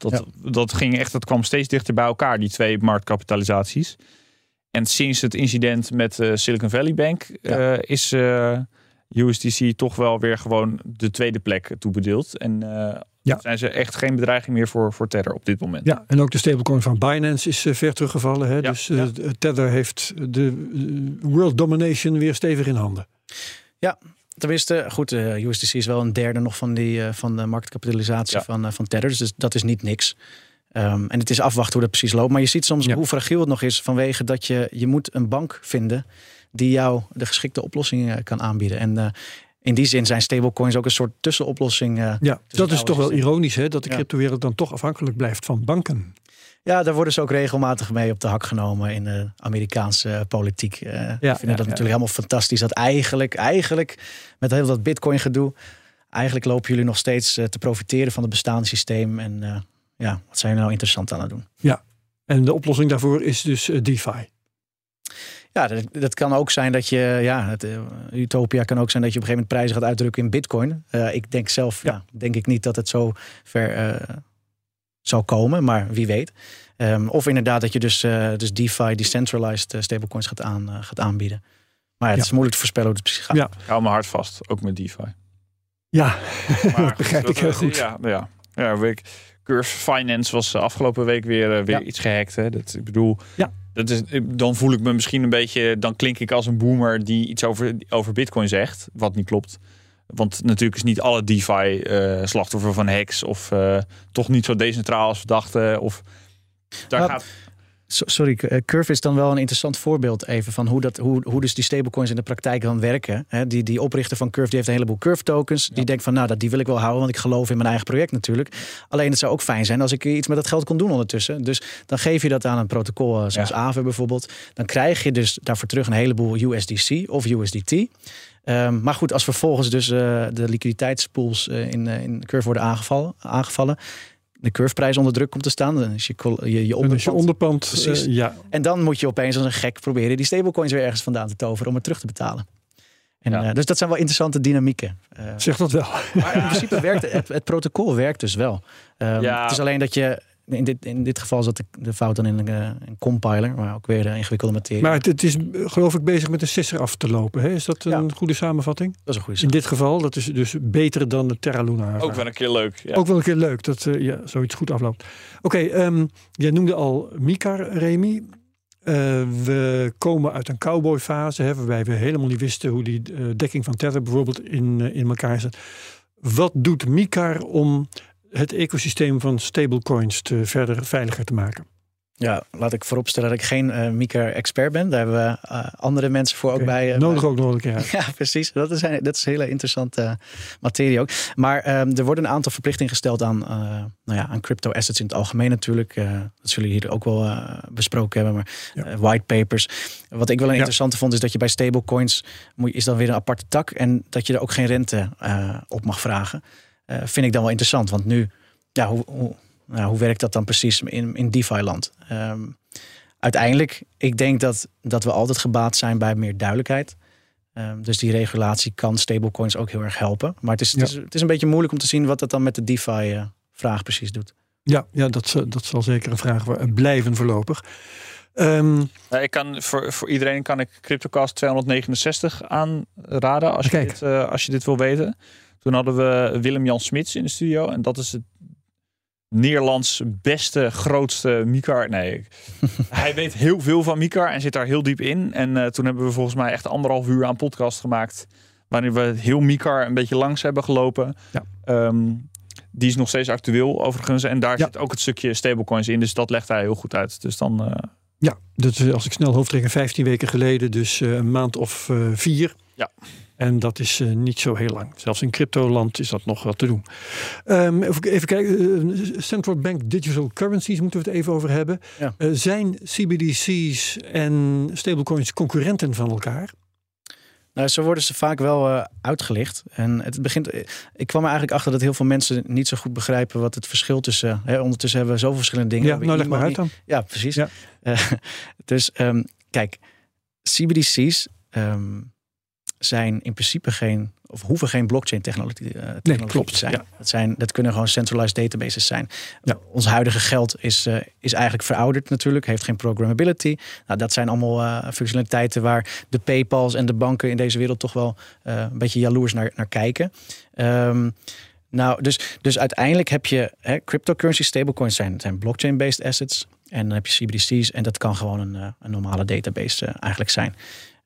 Dat kwam steeds dichter bij elkaar, die 2 marktkapitalisaties. En sinds het incident met Silicon Valley Bank is USDC toch wel weer gewoon de tweede plek toebedeeld. En zijn ze echt geen bedreiging meer voor Tether op dit moment. Ja, en ook de stablecoin van Binance is ver teruggevallen. Hè? Dus Tether heeft de world domination weer stevig in handen. Ja, tenminste, goed, USDC is wel een derde nog van de marktkapitalisatie van Tether. Dus dat is niet niks. En het is afwachten hoe dat precies loopt. Maar je ziet soms hoe fragiel het nog is vanwege dat je moet een bank vinden die jou de geschikte oplossing kan aanbieden. En in die zin zijn stablecoins ook een soort tussenoplossing. Dat is toch wel ironisch, hè? Dat de cryptowereld dan toch afhankelijk blijft van banken. Ja, daar worden ze ook regelmatig mee op de hak genomen in de Amerikaanse politiek. Die vinden dat natuurlijk helemaal fantastisch. Dat eigenlijk met heel dat Bitcoin gedoe, eigenlijk lopen jullie nog steeds te profiteren van het bestaande systeem. En wat zijn jullie nou interessant aan het doen? Ja, en de oplossing daarvoor is dus DeFi. Ja, dat kan ook zijn dat je, utopia kan ook zijn dat je op een gegeven moment prijzen gaat uitdrukken in Bitcoin. Ik denk zelf, denk ik niet dat het zo ver zou komen, maar wie weet. Of inderdaad dat je dus DeFi, decentralized stablecoins gaat aanbieden. Maar het is moeilijk te voorspellen hoe het precies gaat. Ja. Hou me hard vast, ook met DeFi. Ja, dat begrijp ik heel goed. Ja, Curve Finance was afgelopen week weer iets gehackt. Hè? Ik bedoel, dan voel ik me misschien een beetje, dan klink ik als een boomer die iets over Bitcoin zegt, wat niet klopt. Want natuurlijk is niet alle DeFi slachtoffer van hacks of toch niet zo decentraal als verdachte. Of daar gaat. Sorry, Curve is dan wel een interessant voorbeeld even van hoe dus die stablecoins in de praktijk gaan werken. Die oprichter van Curve die heeft een heleboel Curve tokens. Die denkt van die wil ik wel houden, want ik geloof in mijn eigen project natuurlijk. Alleen het zou ook fijn zijn als ik iets met dat geld kon doen ondertussen. Dus dan geef je dat aan een protocol zoals Aave bijvoorbeeld. Dan krijg je dus daarvoor terug een heleboel USDC of USDT. Maar goed, als vervolgens dus de liquiditeitspools in Curve worden aangevallen, de curveprijs onder druk komt te staan. Dan is je onderpand. Dus je onderpand. Ja. En dan moet je opeens als een gek proberen die stablecoins weer ergens vandaan te toveren om het terug te betalen. En, dus dat zijn wel interessante dynamieken. Zeg dat wel. Maar in principe werkt het protocol werkt dus wel. Het is alleen dat je in dit geval zat de fout dan in een compiler, maar ook weer ingewikkelde materie. Maar het is geloof ik bezig met een sisser af te lopen. Hè? Is dat een goede samenvatting? Dat is een goede samenvatting. In dit geval, dat is dus beter dan de Terra Luna. Ook wel een keer leuk. Ja. Ook wel een keer leuk dat zoiets goed afloopt. Oké, jij noemde al MiCAR, Remy. We komen uit een cowboyfase, waarbij we helemaal niet wisten hoe die dekking van Tether bijvoorbeeld in elkaar zit. Wat doet MiCAR om het ecosysteem van stablecoins verder veiliger te maken? Ja, laat ik vooropstellen dat ik geen MiCAR-expert ben. Daar hebben we andere mensen voor ook bij. Nodig ook nog een keer uit. Ja, precies. Dat is een hele interessante materie ook. Maar er worden een aantal verplichtingen gesteld aan crypto assets in het algemeen natuurlijk. Dat zullen jullie hier ook wel besproken hebben. Maar white papers. Wat ik wel een interessante vond is dat je bij stablecoins is dan weer een aparte tak. En dat je er ook geen rente op mag vragen. Vind ik dan wel interessant. Want nu, hoe werkt dat dan precies in DeFi-land? Uiteindelijk, ik denk dat we altijd gebaat zijn bij meer duidelijkheid. Dus die regulatie kan stablecoins ook heel erg helpen. Maar het is een beetje moeilijk om te zien wat dat dan met de DeFi-vraag precies doet. Ja, dat zal zeker een vraag blijven voorlopig. Ik kan voor iedereen kan ik CryptoCast 269 aanraden als je dit wil weten. Toen hadden we Willem-Jan Smits in de studio. En dat is het Nederlands beste, grootste MiCAR. Nee, hij weet heel veel van MiCAR en zit daar heel diep in. En toen hebben we volgens mij echt 1,5 uur aan podcast gemaakt. Waarin we heel MiCAR een beetje langs hebben gelopen. Ja. Die is nog steeds actueel overigens. En daar zit ook het stukje stablecoins in. Dus dat legt hij heel goed uit. Dus dan... Ja, dus als ik snel hoofdreken 15 weken geleden. Dus een maand of 4. Ja. En dat is niet zo heel lang. Zelfs in cryptoland is dat nog wat te doen. Even kijken. Central Bank Digital Currencies moeten we het even over hebben. Ja. Zijn CBDC's en stablecoins concurrenten van elkaar? Nou, zo worden ze vaak wel uitgelicht. En ik kwam er eigenlijk achter dat heel veel mensen niet zo goed begrijpen wat het verschil tussen... ondertussen hebben we zoveel verschillende dingen. Ja, leg maar uit dan. Ja, precies. Ja. Dus kijk, CBDC's... zijn in principe hoeven geen blockchain technologie te zijn. Ja. Dat kunnen gewoon centralized databases zijn. Ja. Ons huidige geld is eigenlijk verouderd natuurlijk, heeft geen programmability. Nou, dat zijn allemaal functionaliteiten waar de PayPal's en de banken in deze wereld toch wel een beetje jaloers naar kijken. Dus uiteindelijk heb je cryptocurrency stablecoins zijn blockchain-based assets. En dan heb je CBDC's en dat kan gewoon een normale database eigenlijk zijn.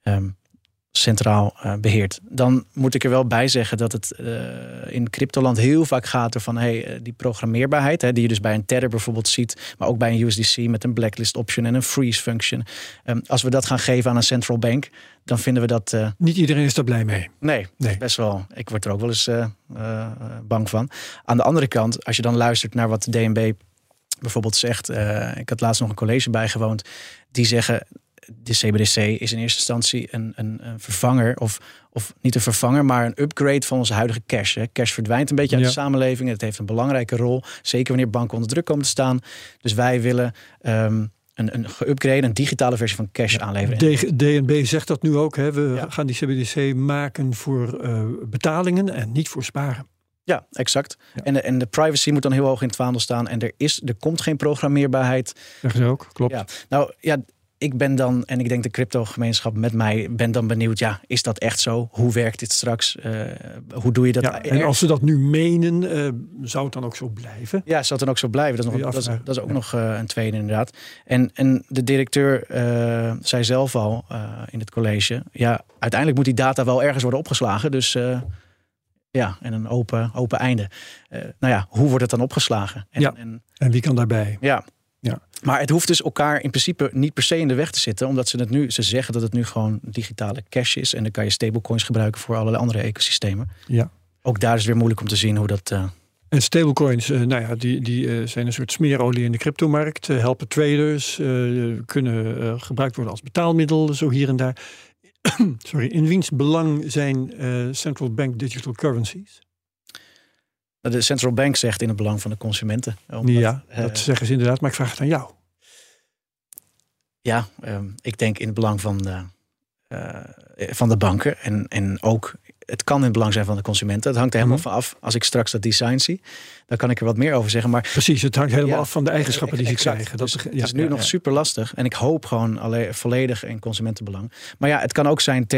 Centraal beheerd. Dan moet ik er wel bij zeggen dat het in cryptoland heel vaak gaat er van die programmeerbaarheid, die je dus bij een Tether bijvoorbeeld ziet, maar ook bij een USDC met een blacklist option en een freeze function. Als we dat gaan geven aan een central bank, dan vinden we dat... Niet iedereen is daar blij mee. Nee. Best wel. Ik word er ook wel eens bang van. Aan de andere kant, als je dan luistert naar wat de DNB bijvoorbeeld zegt, ik had laatst nog een college bijgewoond, die zeggen... De CBDC is in eerste instantie een vervanger, of niet een vervanger, maar een upgrade van onze huidige cash. Cash verdwijnt een beetje uit de samenleving. Het heeft een belangrijke rol, zeker wanneer banken onder druk komen te staan. Dus wij willen een geüpgrade, een digitale versie van cash aanleveren. DNB zegt dat nu ook. We gaan die CBDC maken voor betalingen en niet voor sparen. Ja, exact. Ja. En de privacy moet dan heel hoog in het vaandel staan. En er komt geen programmeerbaarheid. Zeggen ze ook, klopt. Ja. Nou ja, ik ben dan, en ik denk de crypto-gemeenschap met mij, ben dan benieuwd, is dat echt zo? Hoe werkt dit straks? Hoe doe je dat? Ja, en als ze dat nu menen, zou het dan ook zo blijven? Ja, zou het dan ook zo blijven? Dat is ook nog een tweede inderdaad. En de directeur zei zelf al in het college, uiteindelijk moet die data wel ergens worden opgeslagen. Dus en een open einde. Hoe wordt het dan opgeslagen? En wie kan daarbij? Ja. Maar het hoeft dus elkaar in principe niet per se in de weg te zitten. Omdat ze zeggen dat het nu gewoon digitale cash is. En dan kan je stablecoins gebruiken voor allerlei andere ecosystemen. Ja. Ook daar is het weer moeilijk om te zien hoe dat... En stablecoins, die zijn een soort smeerolie in de cryptomarkt. Helpen traders, kunnen gebruikt worden als betaalmiddel, zo hier en daar. In wiens belang zijn central bank digital currencies? De central bank zegt in het belang van de consumenten. Omdat, dat zeggen ze inderdaad, maar ik vraag het aan jou. Ja, ik denk in het belang van de banken. En ook, het kan in het belang zijn van de consumenten. Het hangt er helemaal van af. Als ik straks dat design zie, dan kan ik er wat meer over zeggen. Maar precies, het hangt helemaal af van de eigenschappen die ze krijgen. Het is nu nog super lastig. En ik hoop gewoon volledig in consumentenbelang. Maar ja, het kan ook zijn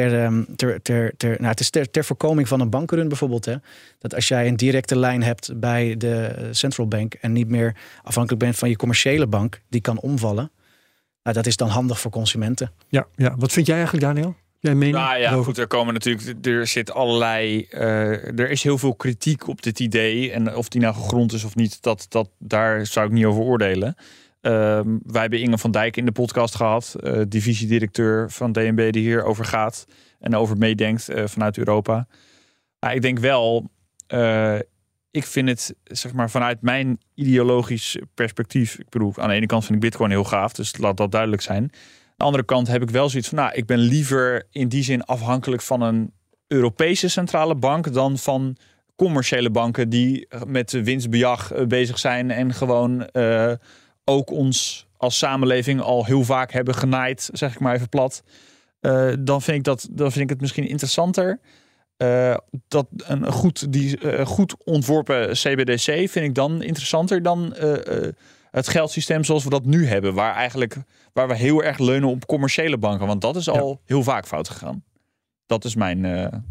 ter voorkoming van een bankenrun bijvoorbeeld. Hè? Dat als jij een directe lijn hebt bij de central bank en niet meer afhankelijk bent van je commerciële bank, die kan omvallen. Nou, dat is dan handig voor consumenten. Ja. Wat vind jij eigenlijk, Daniel? Jij mening? Nou ja, goed, er zit allerlei. Er is heel veel kritiek op dit idee. En of die nou gegrond is of niet, daar zou ik niet over oordelen. Wij hebben Inge van Dijk in de podcast gehad, divisiedirecteur van DNB, die hierover gaat en over meedenkt vanuit Europa. Maar ik denk wel, ik vind het, zeg maar, vanuit mijn ideologisch perspectief. Ik bedoel, aan de ene kant vind ik Bitcoin heel gaaf, dus laat dat duidelijk zijn. Aan de andere kant heb ik wel zoiets van, ik ben liever in die zin afhankelijk van een Europese centrale bank dan van commerciële banken die met winstbejag bezig zijn en gewoon ook ons als samenleving al heel vaak hebben genaaid, zeg ik maar even plat. Dan vind ik het misschien interessanter. Dat een goed ontworpen CBDC vind ik dan interessanter dan het geldsysteem zoals we dat nu hebben, waar we heel erg leunen op commerciële banken, want dat is al heel vaak fout gegaan. Dat is mijn.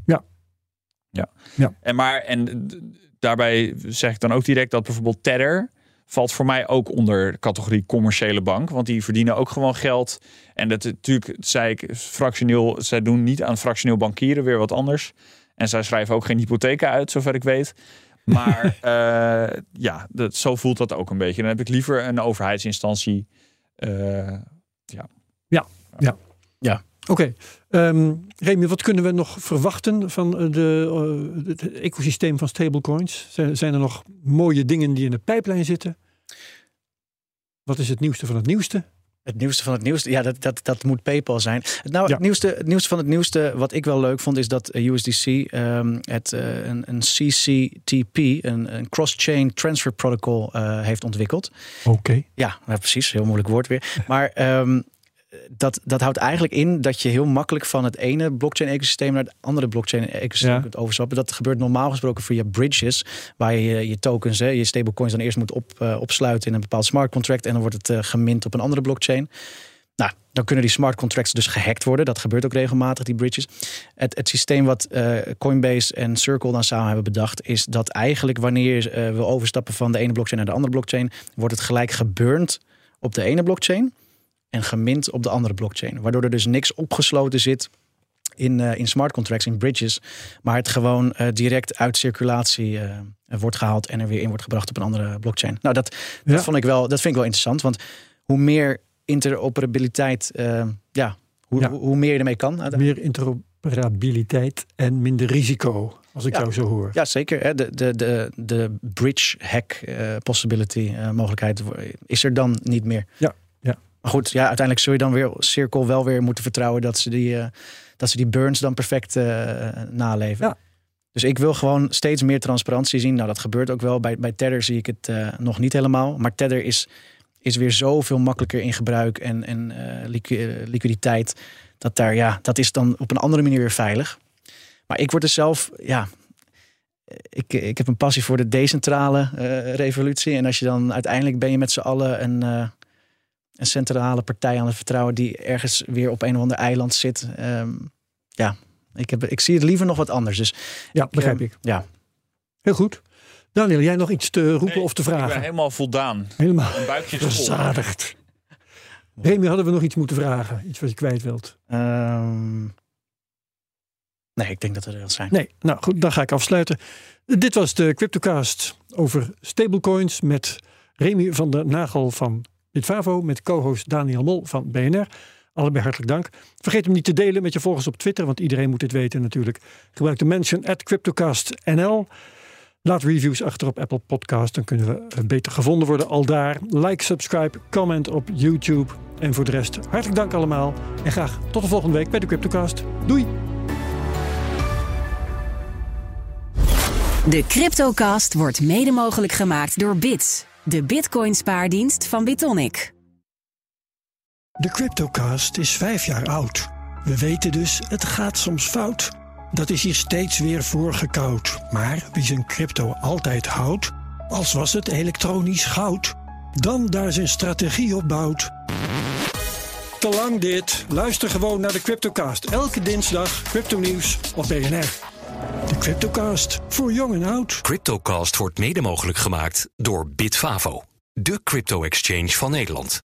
En daarbij zeg ik dan ook direct dat bijvoorbeeld Tether valt voor mij ook onder de categorie commerciële bank, want die verdienen ook gewoon geld. En dat natuurlijk, zei ik, fractioneel. Zij doen niet aan fractioneel bankieren, weer wat anders. En zij schrijven ook geen hypotheken uit, zover ik weet. Maar zo voelt dat ook een beetje. Dan heb ik liever een overheidsinstantie. Oké. Remy, wat kunnen we nog verwachten van het ecosysteem van stablecoins? Zijn er nog mooie dingen die in de pijplijn zitten? Wat is het nieuwste van het nieuwste? Het nieuwste van het nieuwste, ja, dat moet PayPal zijn. Het nieuwste van het nieuwste, wat ik wel leuk vond, is dat USDC een CCTP, een Cross-Chain Transfer Protocol, heeft ontwikkeld. Oké. Ja, precies, heel moeilijk woord weer. Maar dat houdt eigenlijk in dat je heel makkelijk van het ene blockchain-ecosysteem naar het andere blockchain-ecosysteem kunt overstappen. Dat gebeurt normaal gesproken via bridges, waar je tokens, je stablecoins dan eerst moet opsluiten in een bepaald smart contract en dan wordt het gemint op een andere blockchain. Nou, dan kunnen die smart contracts dus gehackt worden. Dat gebeurt ook regelmatig, die bridges. Het systeem wat Coinbase en Circle dan samen hebben bedacht, is dat eigenlijk wanneer je wil overstappen van de ene blockchain naar de andere blockchain, wordt het gelijk geburnt op de ene blockchain en gemint op de andere blockchain. Waardoor er dus niks opgesloten zit in smart contracts, in bridges, maar het gewoon direct uit circulatie wordt gehaald en er weer in wordt gebracht op een andere blockchain. Nou, dat vind ik wel interessant, want hoe meer interoperabiliteit, hoe meer je ermee kan. Meer interoperabiliteit en minder risico, als ik jou zo hoor. Ja, zeker. Hè. De bridge hack possibility, mogelijkheid is er dan niet meer. Ja. Maar goed, uiteindelijk zul je dan weer Circle wel weer moeten vertrouwen dat ze die burns dan perfect naleven. Ja. Dus ik wil gewoon steeds meer transparantie zien. Nou, dat gebeurt ook wel. Bij Tether zie ik het nog niet helemaal. Maar Tether is weer zoveel makkelijker in gebruik en liquiditeit. Dat is dan op een andere manier weer veilig. Maar ik word er zelf, ik heb een passie voor de decentrale revolutie. En als je dan uiteindelijk ben je met z'n allen een centrale partij aan het vertrouwen die ergens weer op een of ander eiland zit. Ik zie het liever nog wat anders. Dus begrijp ik. Ja. Heel goed. Daniel, jij nog iets te roepen of te vragen? Ik ben helemaal voldaan. Helemaal een buikje verzadigd. Remy, hadden we nog iets moeten vragen? Iets wat je kwijt wilt? Nee, ik denk dat we er wel zijn. Nee, nou goed, dan ga ik afsluiten. Dit was de CryptoCast over stablecoins met Remy van der Nagel van Bitvavo, met co-host Daniel Mol van BNR. Allebei hartelijk dank. Vergeet hem niet te delen met je volgers op Twitter, want iedereen moet dit weten natuurlijk. Gebruik de mention @CryptoCastNL. Laat reviews achter op Apple Podcast, dan kunnen we beter gevonden worden al daar. Like, subscribe, comment op YouTube. En voor de rest, hartelijk dank allemaal. En graag tot de volgende week bij de CryptoCast. Doei! De CryptoCast wordt mede mogelijk gemaakt door Bits, de Bitcoin-spaardienst van Bitonic. De CryptoCast is 5 jaar oud. We weten dus, het gaat soms fout. Dat is hier steeds weer voorgekoud. Maar wie zijn crypto altijd houdt, als was het elektronisch goud, dan daar zijn strategie op bouwt. Te lang dit. Luister gewoon naar de CryptoCast. Elke dinsdag crypto-nieuws op BNR. De CryptoCast, voor jong en oud. CryptoCast wordt mede mogelijk gemaakt door Bitfavo, de crypto-exchange van Nederland.